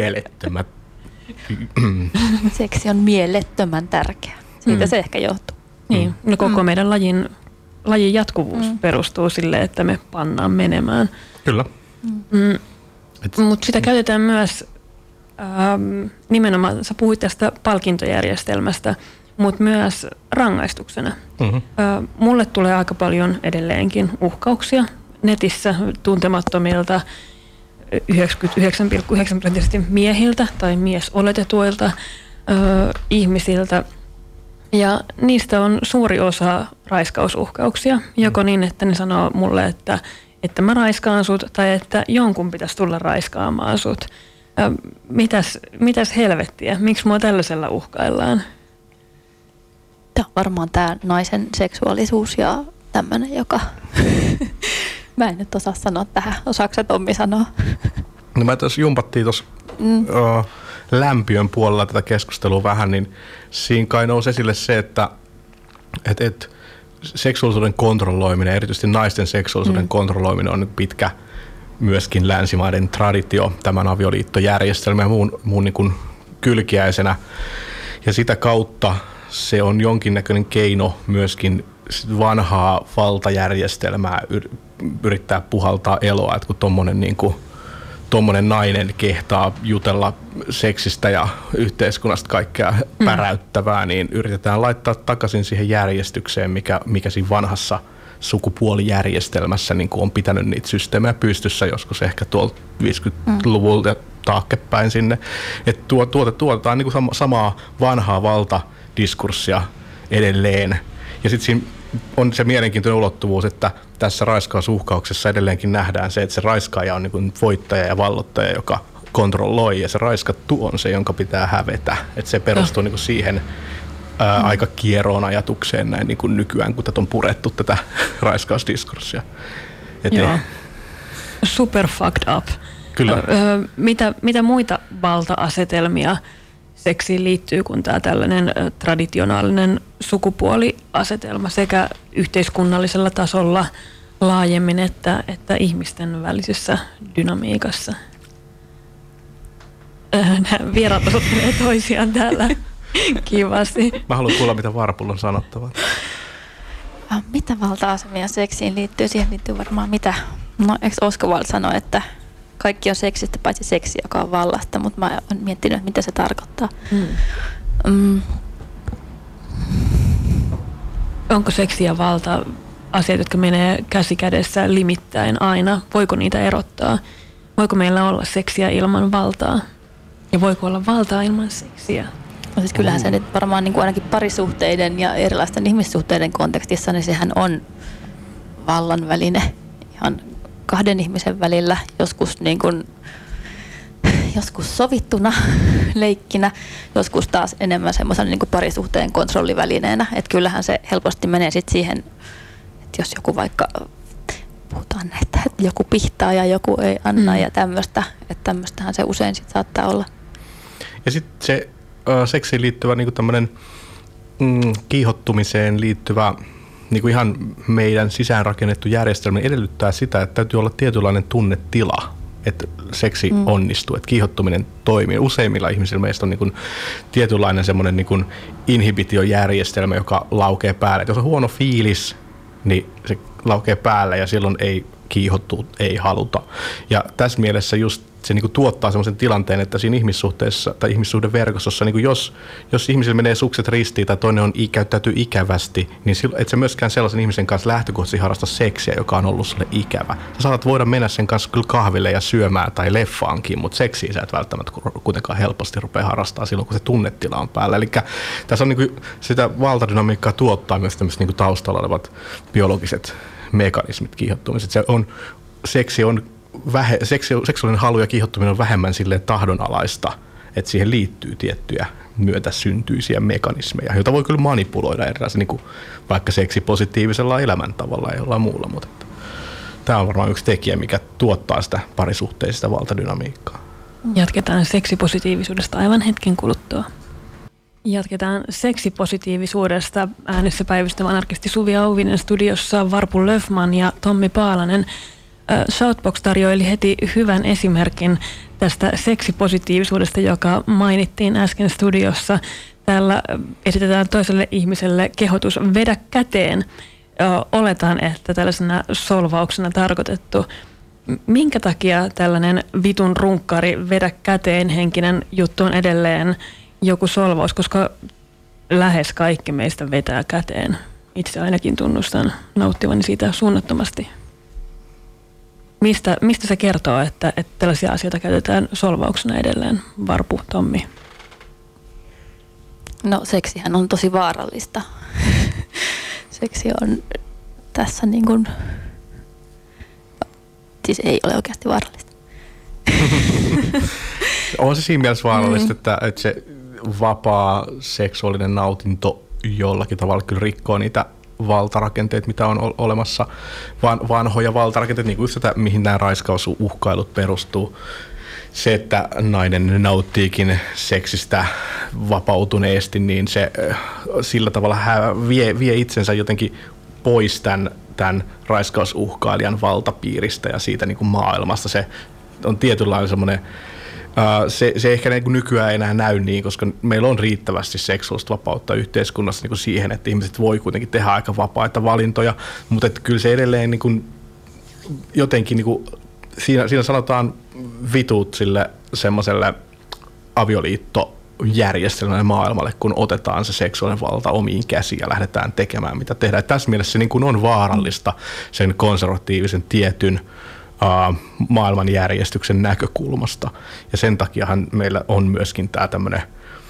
mielettömät. Seksi on mielettömän tärkeä. Siitä mm. se ehkä johtuu. Niin, no koko mm. meidän lajin, lajin jatkuvuus mm. perustuu sille, että me pannaan menemään. Kyllä. Mm. Mutta sitä käytetään myös, ähm, nimenomaan sä puhuit tästä palkintojärjestelmästä, mutta myös rangaistuksena. Mm-hmm. Äh, mulle tulee aika paljon edelleenkin uhkauksia netissä tuntemattomilta yhdeksänkymmentäyhdeksän pilkku yhdeksän prosenttisesti miehiltä tai miesoletetuilta äh, ihmisiltä. Ja niistä on suuri osa raiskausuhkauksia, joko niin, että ne sanoo mulle, että, että mä raiskaan sut, tai että jonkun pitäisi tulla raiskaamaan sut. Äh, mitäs, mitäs helvettiä? Miksi mua tällaisella uhkaillaan? Tämä on varmaan tämä naisen seksuaalisuus ja tämmöinen, joka... Mä en nyt osaa sanoa tähän. Osaako sä, Tommi, sanoa? No mä tuossa jumpattiin tuossa mm. uh, lämpiön puolella tätä keskustelua vähän, niin siinä kai nousi esille se, että et, et, seksuaalisuuden kontrolloiminen, erityisesti naisten seksuaalisuuden mm. kontrolloiminen on pitkä myöskin länsimaiden traditio tämän avioliittojärjestelmän ja muun, muun niin kuin kylkiäisenä. Ja sitä kautta se on jonkinnäköinen keino myöskin vanhaa valtajärjestelmää yrittää puhaltaa eloa, että kun tommonen, niin kuin, tommonen nainen kehtaa jutella seksistä ja yhteiskunnasta kaikkea mm. päräyttävää, niin yritetään laittaa takaisin siihen järjestykseen, mikä, mikä siinä vanhassa sukupuolijärjestelmässä niin kuin on pitänyt niitä systeemejä pystyssä joskus ehkä tuolta viisikymmentäluvulta taaksepäin sinne. Että tuo, tuote, tuotetaan niin kuin sama, samaa vanhaa valtadiskurssia edelleen. Ja sitten siinä on se mielenkiintoinen ulottuvuus, että tässä raiskausuhkauksessa edelleenkin nähdään se, että se raiskaaja on niin kuin voittaja ja vallottaja, joka kontrolloi, ja se raiskattu on se, jonka pitää hävetä. Että se perustuu no. niin kuin siihen ää, mm. aika kieroon ajatukseen näin niin kuin nykyään, kun tätä on purettu tätä raiskausdiskurssia. Et Joo. Super fucked up. Kyllä. Öö, mitä, mitä muita valta-asetelmia seksiin liittyy, kun tämä tällainen traditionaalinen sukupuoliasetelma sekä yhteiskunnallisella tasolla laajemmin että, että ihmisten välisessä dynamiikassa? Nämä vieraat osoittelee toisiaan täällä kivasti. Mä haluan kuulla, mitä Varpulla on sanottavaa. Mitä valta-asemia seksiin liittyy? Siihen liittyy varmaan mitä? No, eikö Oscar sanoi, että kaikki on seksistä, paitsi seksi, joka on vallasta, mutta mä oon miettinyt, mitä se tarkoittaa. Mm. Mm. Onko seksi ja valta asiat, jotka menee käsi kädessä limittäin aina? Voiko niitä erottaa? Voiko meillä olla seksiä ilman valtaa? Ja voiko olla valtaa ilman seksiä? No siis kyllähän se nyt varmaan niin kuin ainakin parisuhteiden ja erilaisten ihmissuhteiden kontekstissa, niin sehän on vallan väline ihan kahden ihmisen välillä, joskus, niin kuin, joskus sovittuna leikkinä, joskus taas enemmän semmoisen niin kuin parisuhteen kontrollivälineenä. Että kyllähän se helposti menee sit siihen, että jos joku vaikka, puhutaan näitä, että joku pihtaa ja joku ei anna mm. ja tämmöistä, että tämmöistähän se usein sit saattaa olla. Ja sitten se äh, seksiin liittyvä niin kuin tämmöinen mm, kiihottumiseen liittyvä niin kuin ihan meidän sisäänrakennettu järjestelmä edellyttää sitä, että täytyy olla tietynlainen tunnetila, että seksi mm. onnistuu, että kiihottuminen toimii. Useimmilla ihmisillä meistä on niin kuin tietynlainen semmoinen niin kuin inhibitiojärjestelmä, joka laukee päälle. Et jos on huono fiilis, niin se laukee päälle ja silloin ei kiihottu, ei haluta. Ja tässä mielessä just se niin kuin tuottaa semmoisen tilanteen, että siinä ihmissuhteessa tai ihmissuhdeverkostossa, niin kuin jos, jos ihmisillä menee sukset ristiin tai toinen on, käyttäytyy ikävästi, niin silloin, et sä myöskään sellaisen ihmisen kanssa lähtökohtaisesti harrasta seksiä, joka on ollut sulle ikävä. Sä saatat voida mennä sen kanssa kyllä kahville ja syömään tai leffaankin, mutta seksiä sä et välttämättä kuitenkaan helposti rupea harrastamaan silloin, kun se tunnetila on päällä. Eli tässä on niin kuin, sitä valtadynamiikkaa tuottaa myös tämmöiset niin kuin taustalla olevat biologiset mekanismit, kiihottumiset. Se on, seksi on Vähe, seksi, seksuaalinen halu ja kiihottuminen on vähemmän silleen tahdonalaista, että siihen liittyy tiettyjä myötäsyntyisiä mekanismeja, joita voi kyllä manipuloida erilaisilla, niin kuin vaikka seksipositiivisella elämäntavalla ja jollain muulla, mutta tämä on varmaan yksi tekijä, mikä tuottaa sitä parisuhteista valtadynamiikkaa. Jatketaan seksipositiivisuudesta aivan hetken kuluttua. Jatketaan seksipositiivisuudesta. Äänessä päivystävä anarkisti Suvi Auvinen, studiossa Varpu Löfman ja Tommi Paalanen. Shoutbox tarjoili heti hyvän esimerkin tästä seksipositiivisuudesta, joka mainittiin äsken studiossa. Täällä esitetään toiselle ihmiselle kehotus vedä käteen. Oletan, että tällaisena solvauksena tarkoitettu. Minkä takia tällainen vitun runkkari vedä käteen henkinen juttu on edelleen joku solvaus, koska lähes kaikki meistä vetää käteen. Itse ainakin tunnustan nauttivani siitä suunnattomasti. Mistä, mistä se kertoo, että, että tällaisia asioita käytetään solvauksena edelleen, Varpu, Tommi? No seksihän on tosi vaarallista. Seksi on tässä niin kuin, siis ei ole oikeasti vaarallista. On se siinä mielessä vaarallista, mm. että, että se vapaa seksuaalinen nautinto jollakin tavalla kyllä rikkoo niitä valtarakenteet, mitä on olemassa, Van, vanhoja valtarakenteet, niin kuin just sitä, mihin nämä raiskausuhkailut perustuu. Se, että nainen nauttiikin seksistä vapautuneesti, niin se sillä tavalla vie, vie itsensä jotenkin pois tämän, tämän raiskausuhkailijan valtapiiristä ja siitä niin kuin maailmasta. Se on tietynlainen semmoinen, se, se ehkä niin kuin nykyään ei enää näy niin, koska meillä on riittävästi seksuaalista vapautta yhteiskunnassa niin kuin siihen, että ihmiset voi kuitenkin tehdä aika vapaita valintoja, mutta että kyllä se edelleen niin kuin jotenkin, niin kuin, siinä, siinä sanotaan vitut sille semmoiselle avioliittojärjestelmälle maailmalle, kun otetaan se seksuaalinen valta omiin käsiin ja lähdetään tekemään, mitä tehdään. Tässä mielessä se niin kuin on vaarallista sen konservatiivisen tietyn uh, maailmanjärjestyksen näkökulmasta. Ja sen takiahan meillä on myöskin tämä tämmöinen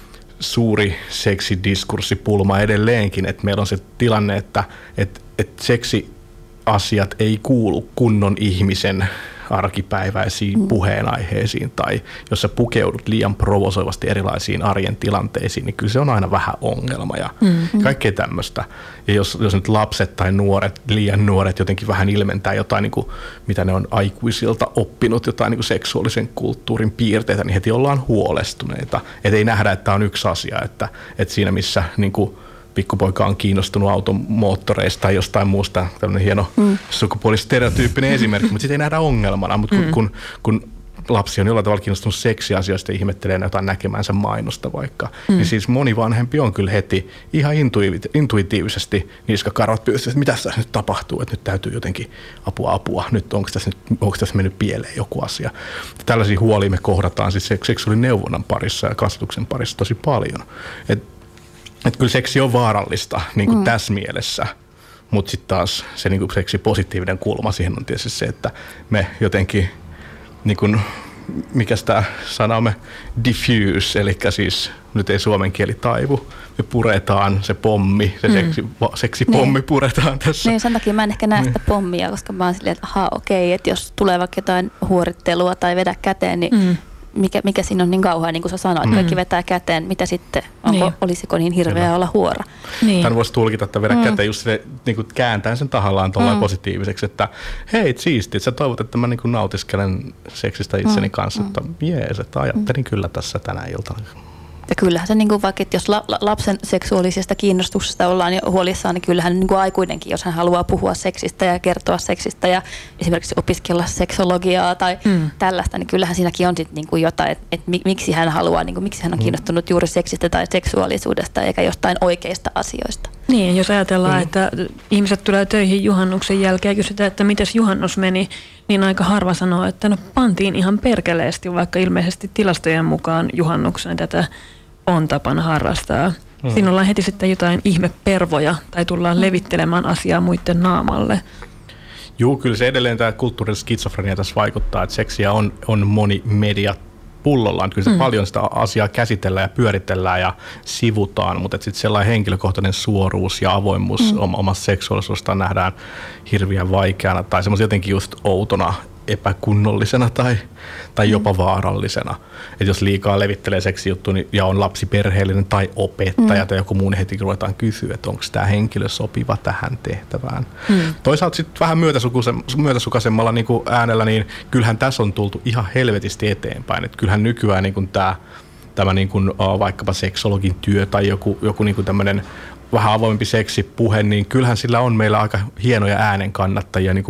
suuri seksidiskurssipulma edelleenkin, että meillä on se tilanne, että, että, että seksiasiat ei kuulu kunnon ihmisen arkipäiväisiin mm. puheenaiheisiin tai jos sä pukeudut liian provosoivasti erilaisiin arjen tilanteisiin, niin kyllä se on aina vähän ongelma ja mm. kaikkea tämmöistä. Ja jos, jos nyt lapset tai nuoret, liian nuoret jotenkin vähän ilmentää jotain, niin kuin, mitä ne on aikuisilta oppinut, jotain niin kuin seksuaalisen kulttuurin piirteitä, niin heti ollaan huolestuneita. Että ei nähdä, että tämä on yksi asia, että, että siinä missä niin kuin pikkupoika on kiinnostunut automoottoreista tai jostain muusta, tämmöinen hieno mm. sukupuolistereotyyppinen esimerkki, mutta sitten ei nähdä ongelmana, mutta kun, mm. kun, kun lapsi on jollain tavalla kiinnostunut seksiasioista ja ihmettelee jotain näkemänsä mainosta vaikka, mm. niin siis moni vanhempi on kyllä heti ihan intuitiivisesti niskakarvat pystyssä, että mitä tässä nyt tapahtuu, että nyt täytyy jotenkin apua apua, nyt onko tässä, nyt, onko tässä mennyt pieleen joku asia. Tällaisia huolia me kohdataan siis seksuaalineuvonnan parissa ja kasvatuksen parissa tosi paljon. Et Että kyllä seksi on vaarallista niin kuin mm. tässä mielessä, mutta sitten taas se niin kuin seksi positiivinen kulma siihen on tietysti se, että me jotenkin, niin kuin, mikä sitä sanaamme, diffuse, eli siis nyt ei suomen kieli taivu, me puretaan se pommi, se mm. seksi, seksipommi niin. puretaan tässä. Niin, sen takia mä en ehkä näe sitä pommia, koska mä oon silleen, että ahaa okei, että jos tulee vaikka jotain huorittelua tai vedä käteen, niin mm. Mikä, mikä siinä on niin kauhean, niin kuin sä sanoit, mm. kaikki vetää käteen, mitä sitten, onko, niin. olisiko niin hirveä Kyllä. olla huora? Niin. Tämän voisi tulkita, että vedä mm. käteen just se, niin kuin kääntää sen tahallaan tuollain mm. positiiviseksi, että hei, siisti, että sä toivot, että mä niin kuin nautiskelen seksistä itseni mm. kanssa, että jees, että ajattelin mm. kyllä tässä tänä iltana. Ja kyllähän se, niin kuin vaikka, että jos la, la, lapsen seksuaalisesta kiinnostuksesta ollaan jo huolissaan, niin kyllähän niin kuin aikuinenkin, jos hän haluaa puhua seksistä ja kertoa seksistä ja esimerkiksi opiskella seksologiaa tai mm. tällaista, niin kyllähän siinäkin on sit niin kuin jotain, että, että miksi hän haluaa, niin kuin, miksi hän on kiinnostunut juuri seksistä tai seksuaalisuudesta eikä jostain oikeista asioista. Niin, jos ajatellaan, mm. että ihmiset tulee töihin juhannuksen jälkeen ja kysytään, että mites juhannus meni, niin aika harva sanoo, että no pantiin ihan perkeleesti, vaikka ilmeisesti tilastojen mukaan juhannuksen tätä on tapana harrastaa. Mm. Siinä ollaan heti sitten jotain ihmepervoja tai tullaan mm. levittelemään asiaa muiden naamalle. Joo, kyllä se edelleen tämä kulttuurinen skitsofrenia tässä vaikuttaa, että seksiä on, on moni media pullollaan. Kyllä se mm. paljon sitä asiaa käsitellään ja pyöritellään ja sivutaan, mutta sitten sellainen henkilökohtainen suoruus ja avoimuus mm. omassa seksuaalisuudestaan nähdään hirveän vaikeana tai semmoisen jotenkin just outona, epäkunnollisena tai, tai jopa mm. vaarallisena. Että jos liikaa levittelee seksijuttu niin, ja on lapsiperheellinen tai opettaja mm. tai joku muu, niin heti ruvetaan kysyä, että onko tämä henkilö sopiva tähän tehtävään. Mm. Toisaalta sitten vähän myötäsukaisemmalla niin kuin äänellä, niin kyllähän tässä on tultu ihan helvetisti eteenpäin. Että kyllähän nykyään niin kuin tämä, tämä niin kuin, vaikkapa seksologin työ tai joku, joku niin kuin tämmöinen vähän avoimempi seksipuhe, niin kyllähän sillä on meillä aika hienoja äänenkannattajia niin kuin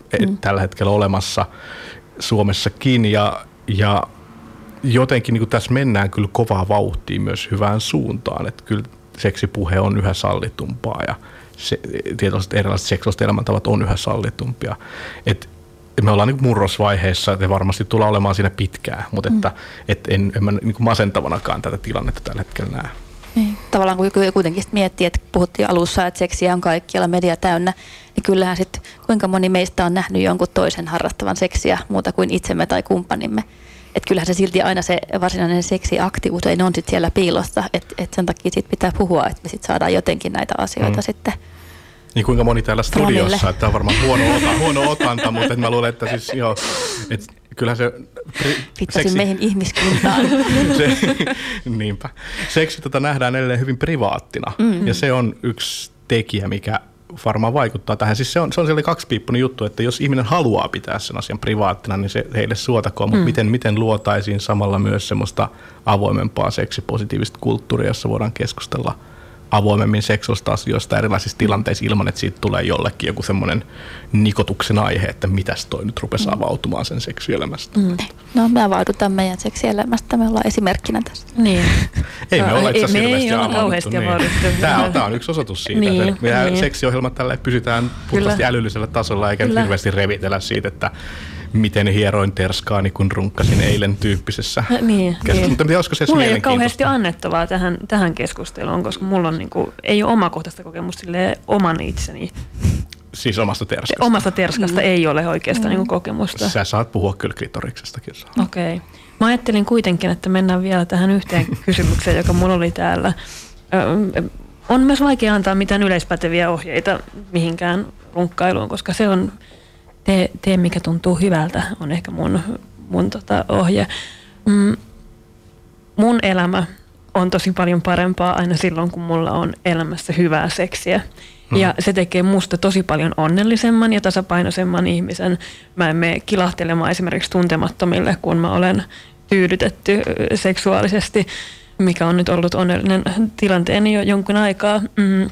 mm. tällä hetkellä olemassa Suomessakin ja, ja jotenkin niin kuin tässä mennään kyllä kovaa vauhtia myös hyvään suuntaan, että kyllä seksipuhe on yhä sallitumpaa ja se, tietysti erilaiset seksuaaliset elämäntavat on yhä sallitumpia. Et me ollaan niin murrosvaiheessa, että varmasti tulee olemaan siinä pitkään, mutta että, mm. et en, en mä niin masentavanakaan tätä tilannetta tällä hetkellä näe. Niin. Tavallaan kun kuitenkin miettii, että puhuttiin alussa, että seksiä on kaikkialla media täynnä, niin kyllähän sitten kuinka moni meistä on nähnyt jonkun toisen harrastavan seksiä muuta kuin itsemme tai kumppanimme. Että kyllähän se silti aina se varsinainen seksiakti usein on sitten siellä piilossa, että et sen takia siitä pitää puhua, että me sitten saadaan jotenkin näitä asioita mm. sitten. Niin kuinka moni täällä studiossa, että tämä on varmaan huono, ota, huono otanta, mutta mä luulen, että siis joo, että kyllähän se... Viittasin seksi, meihin ihmiskuntaan. se, niinpä. Seksi tota nähdään edelleen hyvin privaattina mm. ja se on yksi tekijä, mikä varmaan vaikuttaa tähän. Siis se on, se on sellainen kaksipiippunen juttu, että jos ihminen haluaa pitää sen asian privaattina, niin se heille suotakoon, mutta mm. miten, miten luotaisiin samalla myös semmoista avoimempaa seksipositiivista kulttuuria, jossa voidaan keskustella avoimemmin seksuaalista asioista erilaisissa tilanteissa ilman, että siitä tulee jollekin joku semmoinen nikotuksen aihe, että mitäs toi nyt rupesi avautumaan sen seksielämästä. Mm. No me avaudutaan meidän seksielämästä, me ollaan esimerkkinä tässä. Niin. Ei me olla itse asiassa hirveästi avauduttu. Niin. Tämä on, tämä on yksi osoitus siitä, niin, että meidän niin. seksiohjelmat tällä pysytään puhtaasti älyllisellä tasolla eikä Kyllä. hirveästi revitellä siitä, että miten hieroin terskaani, kun runkkasin eilen tyyppisessä niin, keskustelussa. Niin. Mutta mulla ei ole kauheasti annettavaa tähän, tähän keskusteluun, koska mulla on niinku, ei ole omakohtaista kokemusta oman itseni. Siis omasta terskasta? Omasta terskasta mm. ei ole oikeastaan mm. niinku kokemusta. Sä saat puhua kyllä klitoriksestakin. Okei. Okay. Mä ajattelin kuitenkin, että mennään vielä tähän yhteen kysymykseen, joka mulla oli täällä. Ö, on myös vaikea antaa mitään yleispäteviä ohjeita mihinkään runkkailuun, koska se on... Tee, tee mikä tuntuu hyvältä, on ehkä mun, mun tota ohje. Mm, mun elämä on tosi paljon parempaa aina silloin, kun mulla on elämässä hyvää seksiä. Mm. Ja se tekee musta tosi paljon onnellisemman ja tasapainoisemman ihmisen. Mä en mene kilahtelemaan esimerkiksi tuntemattomille, kun mä olen tyydytetty seksuaalisesti, mikä on nyt ollut onnellinen tilanteeni jo jonkun aikaa. Mm,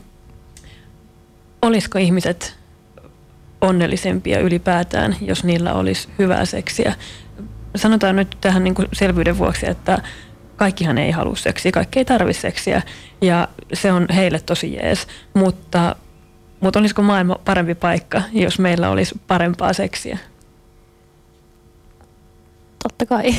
olisiko ihmiset onnellisempia ylipäätään, jos niillä olisi hyvää seksiä. Sanotaan nyt tähän niin kuin selvyyden vuoksi, että kaikkihan ei halua seksiä, kaikki ei tarvitse seksiä ja se on heille tosi jees, mutta, mutta olisiko maailma parempi paikka, jos meillä olisi parempaa seksiä? Totta kai.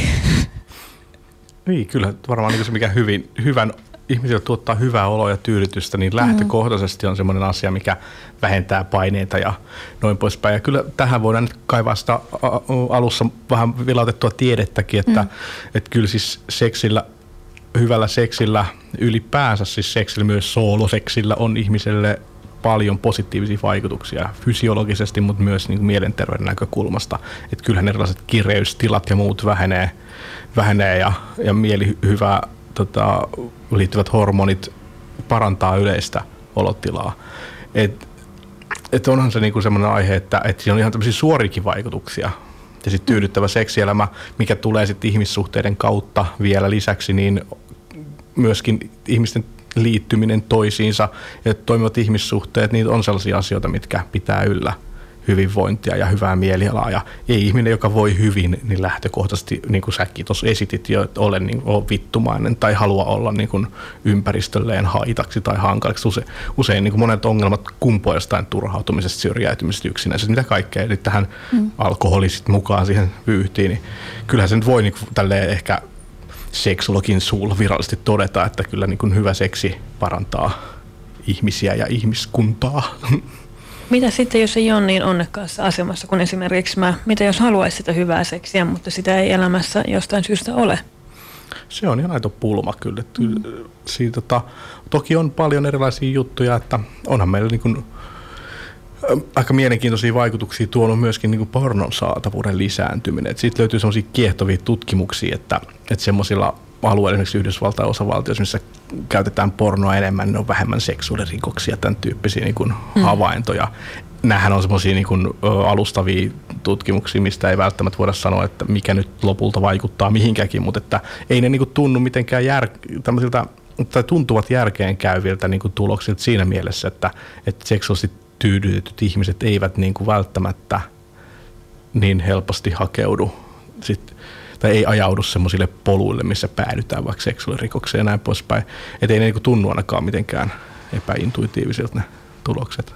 Niin, kyllä varmaan niin se mikä hyvin, hyvän ihmisillä tuottaa hyvää oloa ja tyydytystä, niin lähtökohtaisesti on semmoinen asia, mikä vähentää paineita ja noin poispäin. Ja kyllä tähän voidaan nyt kaivaa sitä alussa vähän vilautettua tiedettäkin, että, mm. että kyllä siis seksillä, hyvällä seksillä ylipäänsä, siis seksillä myös sooloseksillä on ihmiselle paljon positiivisia vaikutuksia fysiologisesti, mutta myös niin kuin mielenterveyden näkökulmasta. Että kyllähän erilaiset kireystilat ja muut vähenee, vähenee ja, ja mielihyvää Tota, liittyvät hormonit parantaa yleistä olotilaa. Et, et onhan se niinku semmoinen aihe, että et siinä on ihan tämmöisiä suoriakin vaikutuksia. Ja sitten tyydyttävä seksielämä, mikä tulee sitten ihmissuhteiden kautta vielä lisäksi, niin myöskin ihmisten liittyminen toisiinsa ja toimivat ihmissuhteet, niin on sellaisia asioita, mitkä pitää yllä hyvinvointia ja hyvää mielialaa. Ja ei ihminen, joka voi hyvin, niin lähtökohtaisesti, niin kuin säkin tuossa esitit jo, että ole, niin, ole vittumainen tai halua olla niin kuin ympäristölleen haitaksi tai hankalaksi. Usein, usein niin kuin monet ongelmat kumpuaa jostain turhautumisesta, syrjäytymisestä, yksinäisestä, mitä kaikkea. Eli tähän mm. alkoholi sit mukaan siihen vyyhtiin, niin kyllähän se nyt voi niin kuin, tälleen ehkä seksologin suulla virallisesti todeta, että kyllä niin kuin hyvä seksi parantaa ihmisiä ja ihmiskuntaa. Mitä sitten, jos ei ole niin onnekkaassa asemassa kuin esimerkiksi mä? Mitä jos haluaisi sitä hyvää seksiä, mutta sitä ei elämässä jostain syystä ole? Se on ihan aito pulma kyllä. Mm. Siitä, tota, toki on paljon erilaisia juttuja, että onhan meillä niin kuin, ä, aika mielenkiintoisia vaikutuksia tuonut myöskin niin kuin pornon saatavuuden lisääntyminen. Siitä löytyy sellaisia kiehtovia tutkimuksia, että, että semmoisilla alueilla, esimerkiksi Yhdysvaltain osavaltioissa, missä käytetään pornoa enemmän, ne on vähemmän seksuaalirikoksia, tämän tyyppisiä niin kuin mm. havaintoja. Nämähän on semmoisia niin kuin alustavia tutkimuksia, mistä ei välttämättä voida sanoa, että mikä nyt lopulta vaikuttaa mihinkäkin, mutta että ei ne niin kuin tunnu mitenkään jär, tämmöisiltä, tai tuntuvat järkeen käyviltä niin kuin tuloksilta siinä mielessä, että, että seksuaalisesti tyydytetyt ihmiset eivät niin kuin välttämättä niin helposti hakeudu sit, tai ei ajaudu semmoisille poluille, missä päädytään vaikka seksuaalirikokseen ja näin poispäin. Että ei ne niinku tunnu ainakaan mitenkään epäintuitiivisilta ne tulokset.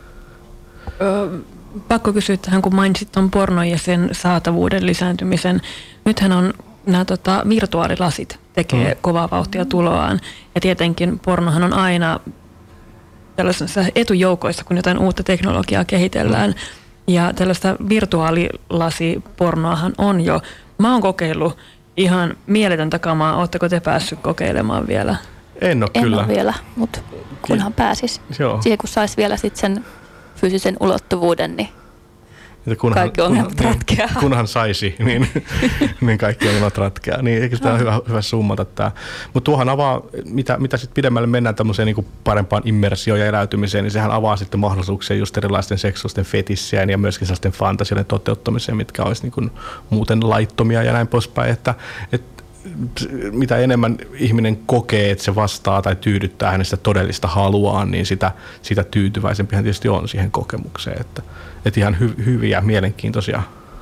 Ö, pakko kysyä tähän, kun mainitsit tuon pornon ja sen saatavuuden lisääntymisen. Nythän on nämä tota, virtuaalilasit tekee mm. kovaa vauhtia tuloaan. Ja tietenkin pornohan on aina tällaisissa etujoukoissa, kun jotain uutta teknologiaa kehitellään. Mm. Ja tällaista virtuaalilasipornoahan on jo. Mä oon kokeillut ihan mieletöntä kamaa. Ootteko te päässyt kokeilemaan vielä? En ole en kyllä. En ole vielä, mutta kunhan pääsis. Joo. Siihen kun saisi vielä sit sen fyysisen ulottuvuuden, niin kunhan, kaikki ongelmat kun, ratkeaa. Kunhan saisi, niin, niin kaikki ongelmat ratkeaa. Niin, eikö tämä ole hyvä, hyvä summata tämä. Mutta tuohan avaa, mitä, mitä sitten pidemmälle mennään tämmöiseen niin kuin parempaan immersioon ja eläytymiseen, niin sehän avaa sitten mahdollisuuksia just erilaisten seksuaalisten fetissien ja myöskin sellaisten fantasioiden toteuttamiseen, mitkä olisi niin kuin muuten laittomia ja näin poispäin. Että, että mitä enemmän ihminen kokee, että se vastaa tai tyydyttää hänestä todellista haluaan, niin sitä, sitä tyytyväisempi hän tietysti on siihen kokemukseen. Että, että ihan hy, hyviä, mielenkiintoisia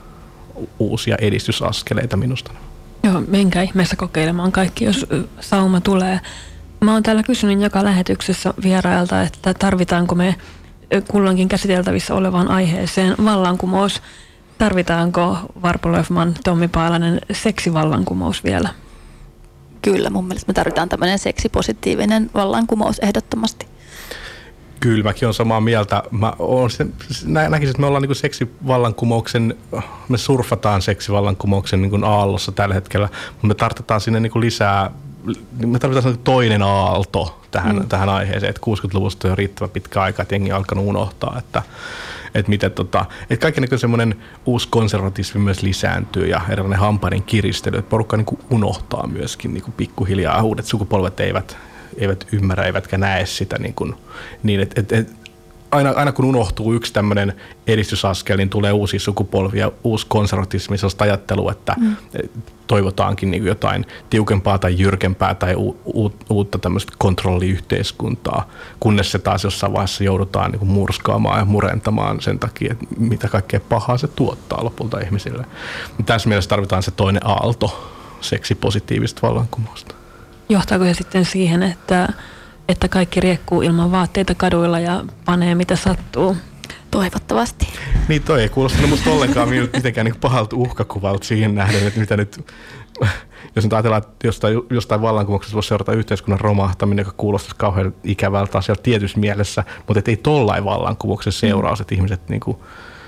uusia edistysaskeleita minusta. Joo, menkää ihmeessä kokeilemaan kaikki, jos sauma tulee. Mä oon täällä kysynyt joka lähetyksessä vierailta, että tarvitaanko me kulloinkin käsiteltävissä olevaan aiheeseen vallankumous. Tarvitaanko Varpo Löfman, Tommi Paalanen seksivallankumous vielä? Kyllä, mun mielestä me tarvitaan tämmöinen seksipositiivinen vallankumous ehdottomasti. Kyllä, mäkin olen samaa mieltä. Mä oon sen, näkisin, että me ollaan niin seksivallankumouksen, me surfataan seksivallankumouksen niin aallossa tällä hetkellä, mutta me tarvitaan sinne niin lisää, me tarvitaan toinen aalto tähän, mm. tähän aiheeseen, että kuusikymmentäluvusta on jo riittävän pitkä aika, että jengi on alkanut unohtaa, että Että miten tota, että kaikki niin semmoinen uusi konservatismi myös lisääntyy ja erilainen hampaiden kiristely, että porukka niin unohtaa myöskin niin pikkuhiljaa. Uudet sukupolvet eivät, eivät ymmärrä, eivätkä näe sitä niin, kuin, niin että et, et, aina, aina kun unohtuu yksi tämmöinen edistysaskel, niin tulee uusia sukupolvia, uusi konservatismi, sellaista ajattelua, että mm. toivotaankin niin jotain tiukempaa tai jyrkempää tai u, u, uutta tämmöistä kontrolliyhteiskuntaa, kunnes se taas jossain vaiheessa joudutaan niin kuin murskaamaan ja murentamaan sen takia, että mitä kaikkea pahaa se tuottaa lopulta ihmisille. Tässä mielessä tarvitaan se toinen aalto seksipositiivista vallankumousta. Johtaako se sitten siihen, että että kaikki riekkuu ilman vaatteita kaduilla ja panee mitä sattuu? Toivottavasti. Niin, toi ei kuulostanut musta ollenkaan mitenkään niin pahalta uhkakuvalta siihen nähden, että mitä nyt, jos nyt ajatellaan, että jostain, jostain vallankumouksesta voisi seurata yhteiskunnan romahtaminen, joka kuulostaisi kauhean ikävältä asialta tietyssä mielessä, mutta ei tollain vallankumouksen seuraus, että ihmiset niin kuin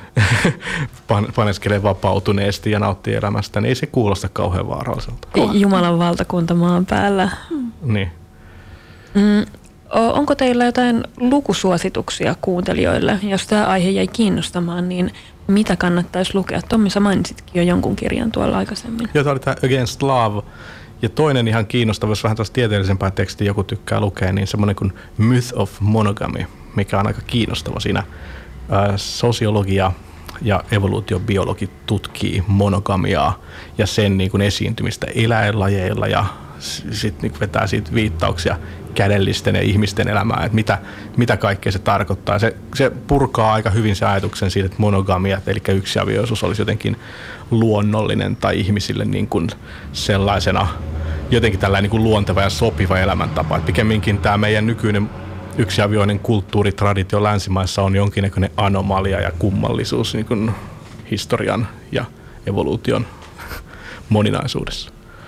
paneskelee vapautuneesti ja nauttii elämästä, niin ei se kuulosta kauhean vaaralliselta. Jumalan valtakunta maan päällä. Mm. Niin. Mm, onko teillä jotain lukusuosituksia kuuntelijoille? Jos tämä aihe jäi kiinnostamaan, niin mitä kannattaisi lukea? Tommi, sä mainitsitkin jo jonkun kirjan tuolla aikaisemmin. Joo, tämä oli tämä Against Love. Ja toinen ihan kiinnostava, jos vähän tällaista tieteellisempää tekstiä joku tykkää lukea, niin semmoinen kuin Myth of Monogamy, mikä on aika kiinnostava siinä. Ää, sosiologia ja evoluutiobiologi tutkii monogamiaa ja sen niin kuin esiintymistä eläinlajeilla ja sitten niin vetää siitä viittauksia kädellisten ja ihmisten elämään, että mitä, mitä kaikkea se tarkoittaa. Se, se purkaa aika hyvin se ajatuksen siitä, että monogamia, eli yksiavioisuus olisi jotenkin luonnollinen tai ihmisille niin kuin sellaisena jotenkin tällainen niin kuin luonteva ja sopiva elämäntapa. Et pikemminkin tämä meidän nykyinen yksiavioinen kulttuuritraditio länsimaissa on jonkinnäköinen anomalia ja kummallisuus niin kuin historian ja evoluution moninaisuudessa.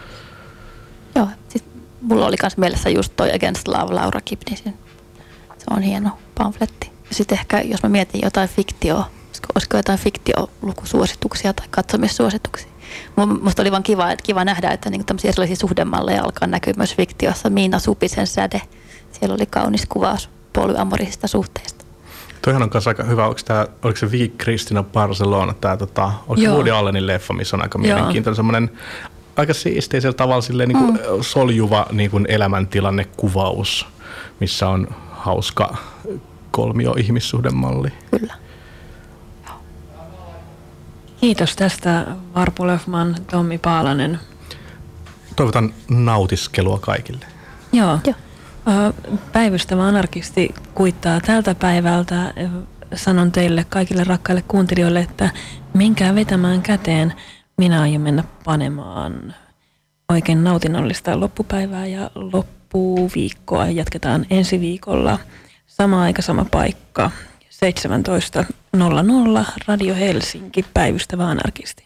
Joo, sit mulla oli myös mielessä just toi Against Love Laura Kipnisin. Se on hieno pamfletti. Ja sitten ehkä, jos mä mietin jotain fiktioa, olisiko jotain fiktiolukusuosituksia tai katsomissuosituksia. Musta oli vaan kiva, että kiva nähdä, että niinku tämmöisiä erilaisia suhdemalleja alkaa näkyä myös fiktiossa. Miina Supisen Säde. Siellä oli kaunis kuvaus polyamorisista suhteista. Toihan on kanssa aika hyvä. Oliko, tämä, oliko se Viik Kristina Barcelona, tämä tota, oliko Woody Allenin leffa, missä on aika mielenkiintoinen semmoinen aika siisteisellä tavalla silleen, niin kuin mm. soljuva niin kuin elämäntilannekuvaus, missä on hauska kolmio-ihmissuhdemalli. Kyllä. Kiitos tästä Varpo Löfman, Tommi Paalanen. Toivotan nautiskelua kaikille. Joo. Joo. Päivystävä anarkisti kuittaa tältä päivältä. Sanon teille kaikille rakkaille kuuntelijoille, että menkää vetämään käteen. Minä aion mennä panemaan oikein nautinnollista loppupäivää ja loppuviikkoa. Jatketaan ensi viikolla. Sama aika, sama paikka. seitsemäntoista nolla nolla Radio Helsinki, päivystävä anarkisti.